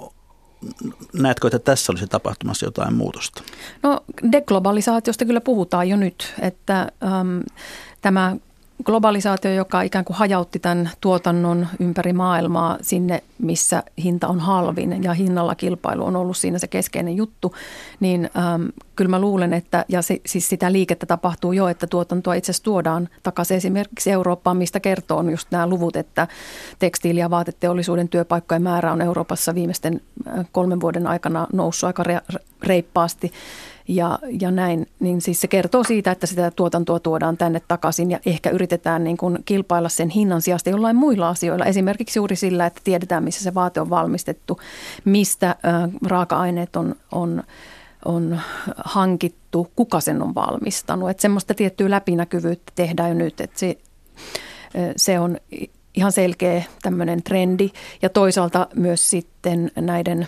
C: Näetkö, että tässä olisi tapahtumassa jotain muutosta?
D: No deglobalisaatiosta kyllä puhutaan jo nyt, että äm, tämä globalisaatio, joka ikään kuin hajautti tämän tuotannon ympäri maailmaa sinne, missä hinta on halvin ja hinnalla kilpailu on ollut siinä se keskeinen juttu, niin ähm, kyllä mä luulen, että ja se, siis sitä liikettä tapahtuu jo, että tuotantoa itse asiassa tuodaan takaisin esimerkiksi Eurooppaan, mistä kertoo just nämä luvut, että tekstiili- ja vaateteollisuuden työpaikkojen määrä on Euroopassa viimeisten kolmen vuoden aikana noussut aika re- reippaasti. Ja, ja näin, niin siis se kertoo siitä, että sitä tuotantoa tuodaan tänne takaisin ja ehkä yritetään niin kuin kilpailla sen hinnan sijasta jollain muilla asioilla. Esimerkiksi juuri sillä, että tiedetään, missä se vaate on valmistettu, mistä äh, raaka-aineet on, on, on hankittu, kuka sen on valmistanut. Että semmoista tiettyä läpinäkyvyyttä tehdään jo nyt, että se, se on ihan selkeä tämmöinen trendi. Ja toisaalta myös sitten näiden,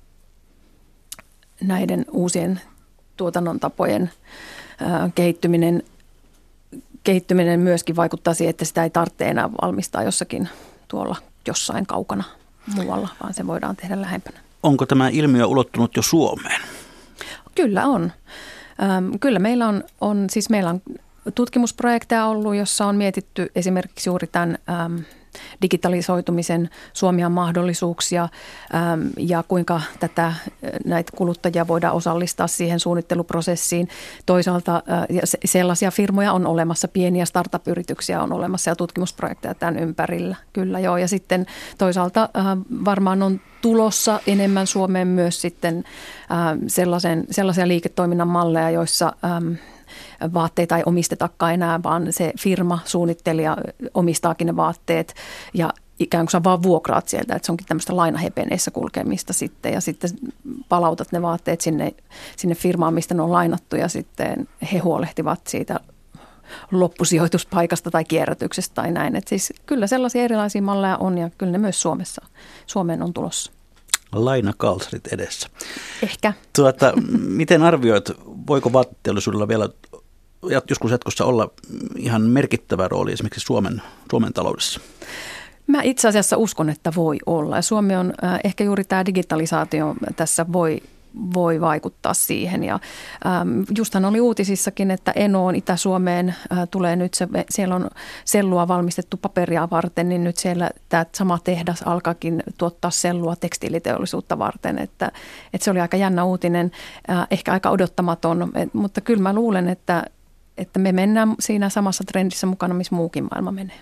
D: näiden uusien tuotannon tapojen ää, kehittyminen, kehittyminen myöskin vaikuttaa siihen, että sitä ei tarvitse enää valmistaa jossakin tuolla jossain kaukana muualla, vaan se voidaan tehdä lähempänä.
C: Onko tämä ilmiö ulottunut jo Suomeen?
D: Kyllä on. Ähm, kyllä meillä on, on, siis meillä on tutkimusprojekteja ollut, jossa on mietitty esimerkiksi juuri tämän ähm, digitalisoitumisen suomia mahdollisuuksia äm, ja kuinka tätä, näitä kuluttajia voidaan osallistaa siihen suunnitteluprosessiin. Toisaalta ä, sellaisia firmoja on olemassa, pieniä startup-yrityksiä on olemassa ja tutkimusprojekteja tämän ympärillä. Kyllä joo. Ja sitten toisaalta ä, varmaan on tulossa enemmän Suomeen myös sitten ä, sellaisen, sellaisia liiketoiminnan malleja, joissa äm, vaatteita ei omistetakaan enää, vaan se firma, suunnittelija omistaakin ne vaatteet ja ikään kuin sä vaan vuokraat sieltä, että se onkin tämmöistä lainahepeneissä kulkemista sitten ja sitten palautat ne vaatteet sinne, sinne firmaan, mistä ne on lainattu ja sitten he huolehtivat siitä loppusijoituspaikasta tai kierrätyksestä tai näin. Et siis kyllä sellaisia erilaisia malleja on ja kyllä ne myös Suomessa, Suomeen on tulossa.
C: Lainakalsarit edessä.
D: Ehkä.
C: Tuota, miten arvioit, voiko vaatteteollisuudella vielä joskus jatkossa olla ihan merkittävä rooli esimerkiksi Suomen, Suomen taloudessa?
D: Mä itse asiassa uskon, että voi olla. Ja Suomi on, äh, ehkä juuri tämä digitalisaatio tässä voi, voi vaikuttaa siihen. Ja ähm, justhan oli uutisissakin, että Enoon Itä-Suomeen äh, tulee nyt, se, siellä on sellua valmistettu paperia varten, niin nyt siellä tämä sama tehdas alkaakin tuottaa sellua tekstiiliteollisuutta varten. Että, että se oli aika jännä uutinen, äh, ehkä aika odottamaton, et, mutta kyllä mä luulen, että, että me mennään siinä samassa trendissä mukana, missä muukin maailma menee.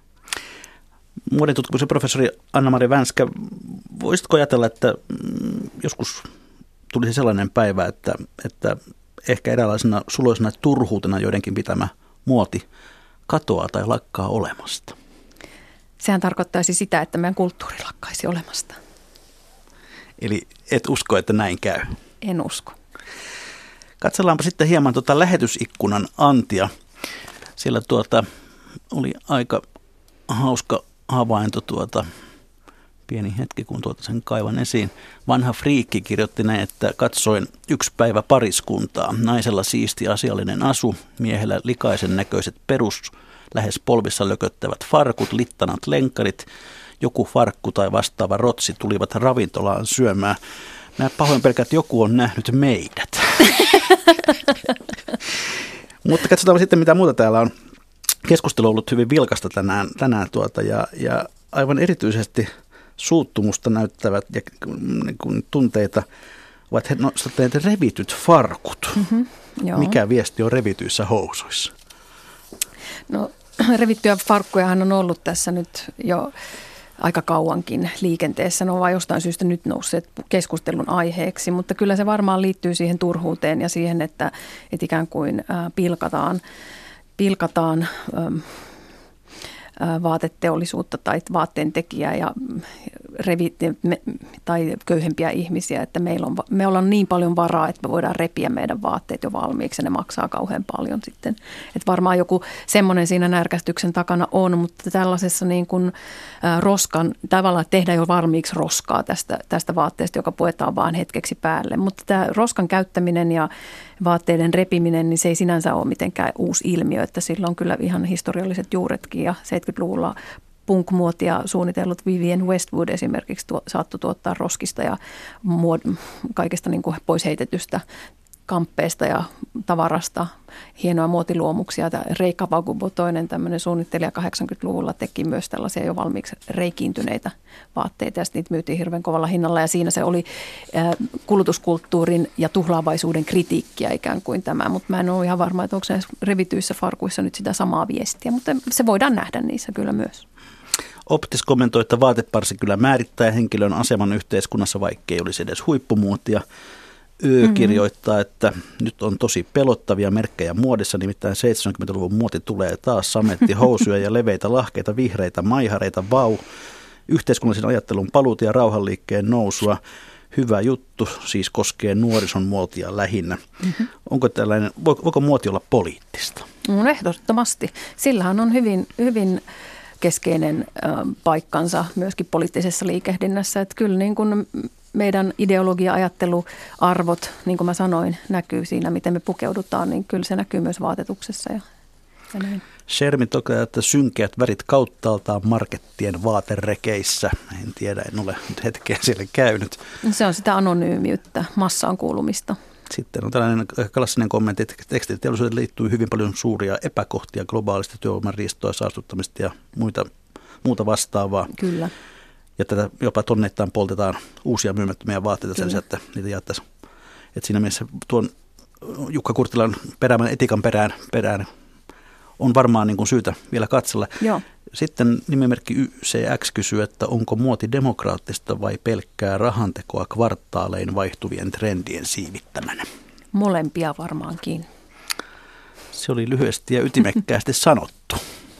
C: Muodin tutkimuksen professori Anna-Mari Vänskä, voisitko ajatella, että joskus tulisi sellainen päivä, että, että ehkä eräänlaisena suloisena turhuutena joidenkin pitämä muoti katoaa tai lakkaa olemasta?
D: Sehän tarkoittaisi sitä, että meidän kulttuuri lakkaisi olemasta.
C: Eli et usko, että näin käy?
D: En usko.
C: Katsellaanpa sitten hieman tuota lähetysikkunan antia. Siellä tuota oli aika hauska havainto tuota, pieni hetki kun tuota sen kaivan esiin. Vanha friikki kirjoitti näin, että katsoin yksi päivä pariskuntaa. Naisella siisti asiallinen asu, miehellä likaisen näköiset perus, lähes polvissa lököttävät farkut, littanat lenkkarit. Joku farkku tai vastaava rotsi tulivat ravintolaan syömään. Mä pahoin pelkään, että joku on nähnyt meidät. Mutta katsotaan sitten, mitä muuta täällä on. Keskustelu on ollut hyvin vilkasta tänään, tänään tuota, ja, ja aivan erityisesti suuttumusta näyttävät ja niin kuin tunteita ovat he nostaneet revityt farkut. Mm-hmm, mikä viesti on revityissä housuissa?
D: No revittyjä farkkujahan on ollut tässä nyt jo aika kauankin liikenteessä. Ne on vain jostain syystä nyt nousseet keskustelun aiheeksi, mutta kyllä se varmaan liittyy siihen turhuuteen ja siihen, että, että ikään kuin äh, pilkataan, pilkataan ähm, äh, vaateteollisuutta tai vaatteen tekijää ja revi, me, tai köyhempiä ihmisiä, että meillä on, me ollaan niin paljon varaa, että me voidaan repiä meidän vaatteet jo valmiiksi ja ne maksaa kauhean paljon sitten. Että varmaan joku semmoinen siinä närkästyksen takana on, mutta tällaisessa niin kuin äh, roskan, tavallaan tehdään jo valmiiksi roskaa tästä, tästä vaatteesta, joka puetaan vaan hetkeksi päälle. Mutta tämä roskan käyttäminen ja vaatteiden repiminen, niin se ei sinänsä ole mitenkään uusi ilmiö, että sillä on kyllä ihan historialliset juuretkin ja seitsemänkymmentäluvulla punk-muotia suunnitellut Vivienne Westwood esimerkiksi tuo, saattoi tuottaa roskista ja muod, kaikesta niin kuin pois heitetystä kamppeesta ja tavarasta hienoja muotiluomuksia. Reikka Vakubo-toinen tämmöinen suunnittelija kahdeksankymmentäluvulla teki myös tällaisia jo valmiiksi reikiintyneitä vaatteita ja sitten niitä myytiin hirveän kovalla hinnalla ja siinä se oli kulutuskulttuurin ja tuhlaavaisuuden kritiikkiä ikään kuin tämä, mutta mä en ole ihan varma, että onko se revityissä farkuissa nyt sitä samaa viestiä, mutta se voidaan nähdä niissä kyllä myös.
C: Optis kommentoi, että vaateparsi kyllä määrittää henkilön aseman yhteiskunnassa, vaikkei olisi edes huippumuotia. Öö kirjoittaa, että nyt on tosi pelottavia merkkejä muodissa, nimittäin seitsemänkymmentäluvun muoti tulee taas, sametti housuja ja leveitä lahkeita, vihreitä maihareita, vau, yhteiskunnallisen ajattelun paluuta ja rauhanliikkeen nousua. Hyvä juttu, siis koskee nuorison muotia lähinnä. Mm-hmm. Onko tällainen, voiko muoti olla poliittista?
D: No ehdottomasti. Sillähän on hyvin, hyvin keskeinen paikkansa myöskin poliittisessa liikehdinnässä, että kyllä niin kuin meidän ideologia, ajattelu, arvot, niin kuin mä sanoin, näkyy siinä, miten me pukeudutaan, niin kyllä se näkyy myös vaatetuksessa ja, ja näin.
C: Shermi toki, että synkeät värit kauttaaltaan markettien vaaterekeissä. En tiedä, en ole nyt hetkeä siellä käynyt.
D: Se on sitä anonyymiyttä, massaan kuulumista.
C: Sitten on tällainen klassinen kommentti, että tekstiiliteollisuuteen liittyy hyvin paljon suuria epäkohtia globaalista työvoiman riistoa, saastuttamista ja muita, muuta vastaavaa.
D: Kyllä.
C: Ja tätä jopa tonneittain poltetaan uusia myymättömiä vaatteita sen sijaan, että niitä jaettaisiin. Että siinä mielessä tuon Jukka Kurttilan peräämän etikan perään, perään on varmaan niin kuin syytä vielä katsella.
D: Joo.
C: Sitten nimimerkki Y C X kysyy, että onko muoti demokraattista vai pelkkää rahantekoa kvartaalein vaihtuvien trendien siivittämänä?
D: Molempia varmaankin.
C: Se oli lyhyesti ja ytimekkäästi sanottu.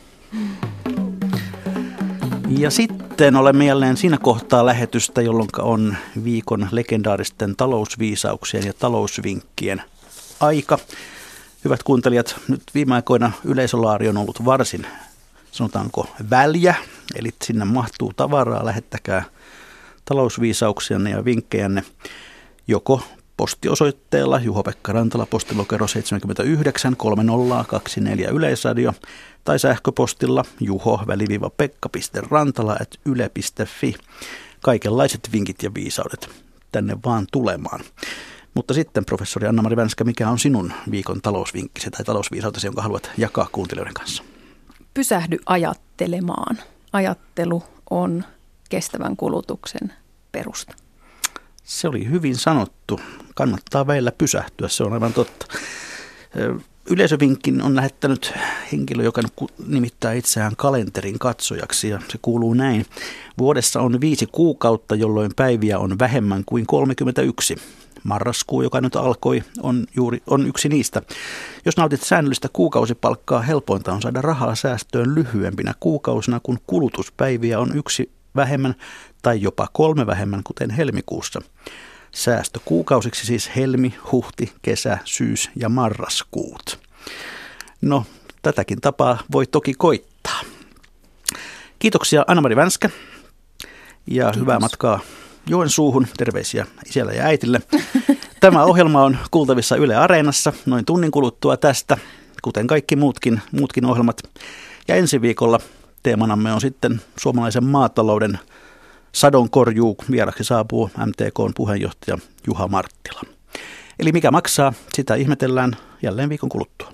C: Ja sitten olemme jälleen siinä kohtaa lähetystä, jolloin on viikon legendaaristen talousviisauksien ja talousvinkkien aika. Hyvät kuuntelijat, nyt viime aikoina yleisölaari on ollut varsin, sanotaanko, väljä, eli sinne mahtuu tavaraa, lähettäkää talousviisauksianne ja vinkkejänne joko postiosoitteella Juho-Pekka Rantala, postilokero seitsemänkymmentäyhdeksän kolmekymmentä kaksikymmentäneljä Yleisradio, tai sähköpostilla juho-pekka piste rantala ät yle piste fi. Kaikenlaiset vinkit ja viisaudet tänne vaan tulemaan. Mutta sitten, professori Anna-Mari Vänskä, mikä on sinun viikon talousvinkkisi tai talousviisautesi, jonka haluat jakaa kuuntelijoiden kanssa?
D: Pysähdy ajattelemaan. Ajattelu on kestävän kulutuksen perusta.
C: Se oli hyvin sanottu. Kannattaa välillä pysähtyä, se on aivan totta. Yleisövinkin on lähettänyt henkilö, joka nimittää itseään kalenterin katsojaksi, ja se kuuluu näin. Vuodessa on viisi kuukautta, jolloin päiviä on vähemmän kuin kolmekymmentäyksi. Marraskuu, joka nyt alkoi, on juuri on yksi niistä. Jos nautit säännöllistä kuukausipalkkaa, helpointa on saada rahaa säästöön lyhyempinä kuukausina, kun kulutuspäiviä on yksi vähemmän tai jopa kolme vähemmän, kuten helmikuussa. Säästökuukausiksi siis helmi, huhti, kesä, syys ja marraskuut. No, tätäkin tapaa voi toki koittaa. Kiitoksia Anna-Mari Vänskä ja Kiitos. Hyvää matkaa Joensuuhun. Terveisiä isälle ja äitille. Tämä ohjelma on kuultavissa Yle Areenassa noin tunnin kuluttua tästä, kuten kaikki muutkin, muutkin ohjelmat. Ja ensi viikolla teemanamme on sitten suomalaisen maatalouden sadonkorjuu. Vieraksi saapuu M T K:n puheenjohtaja Juha Marttila. Eli mikä maksaa, sitä ihmetellään jälleen viikon kuluttua.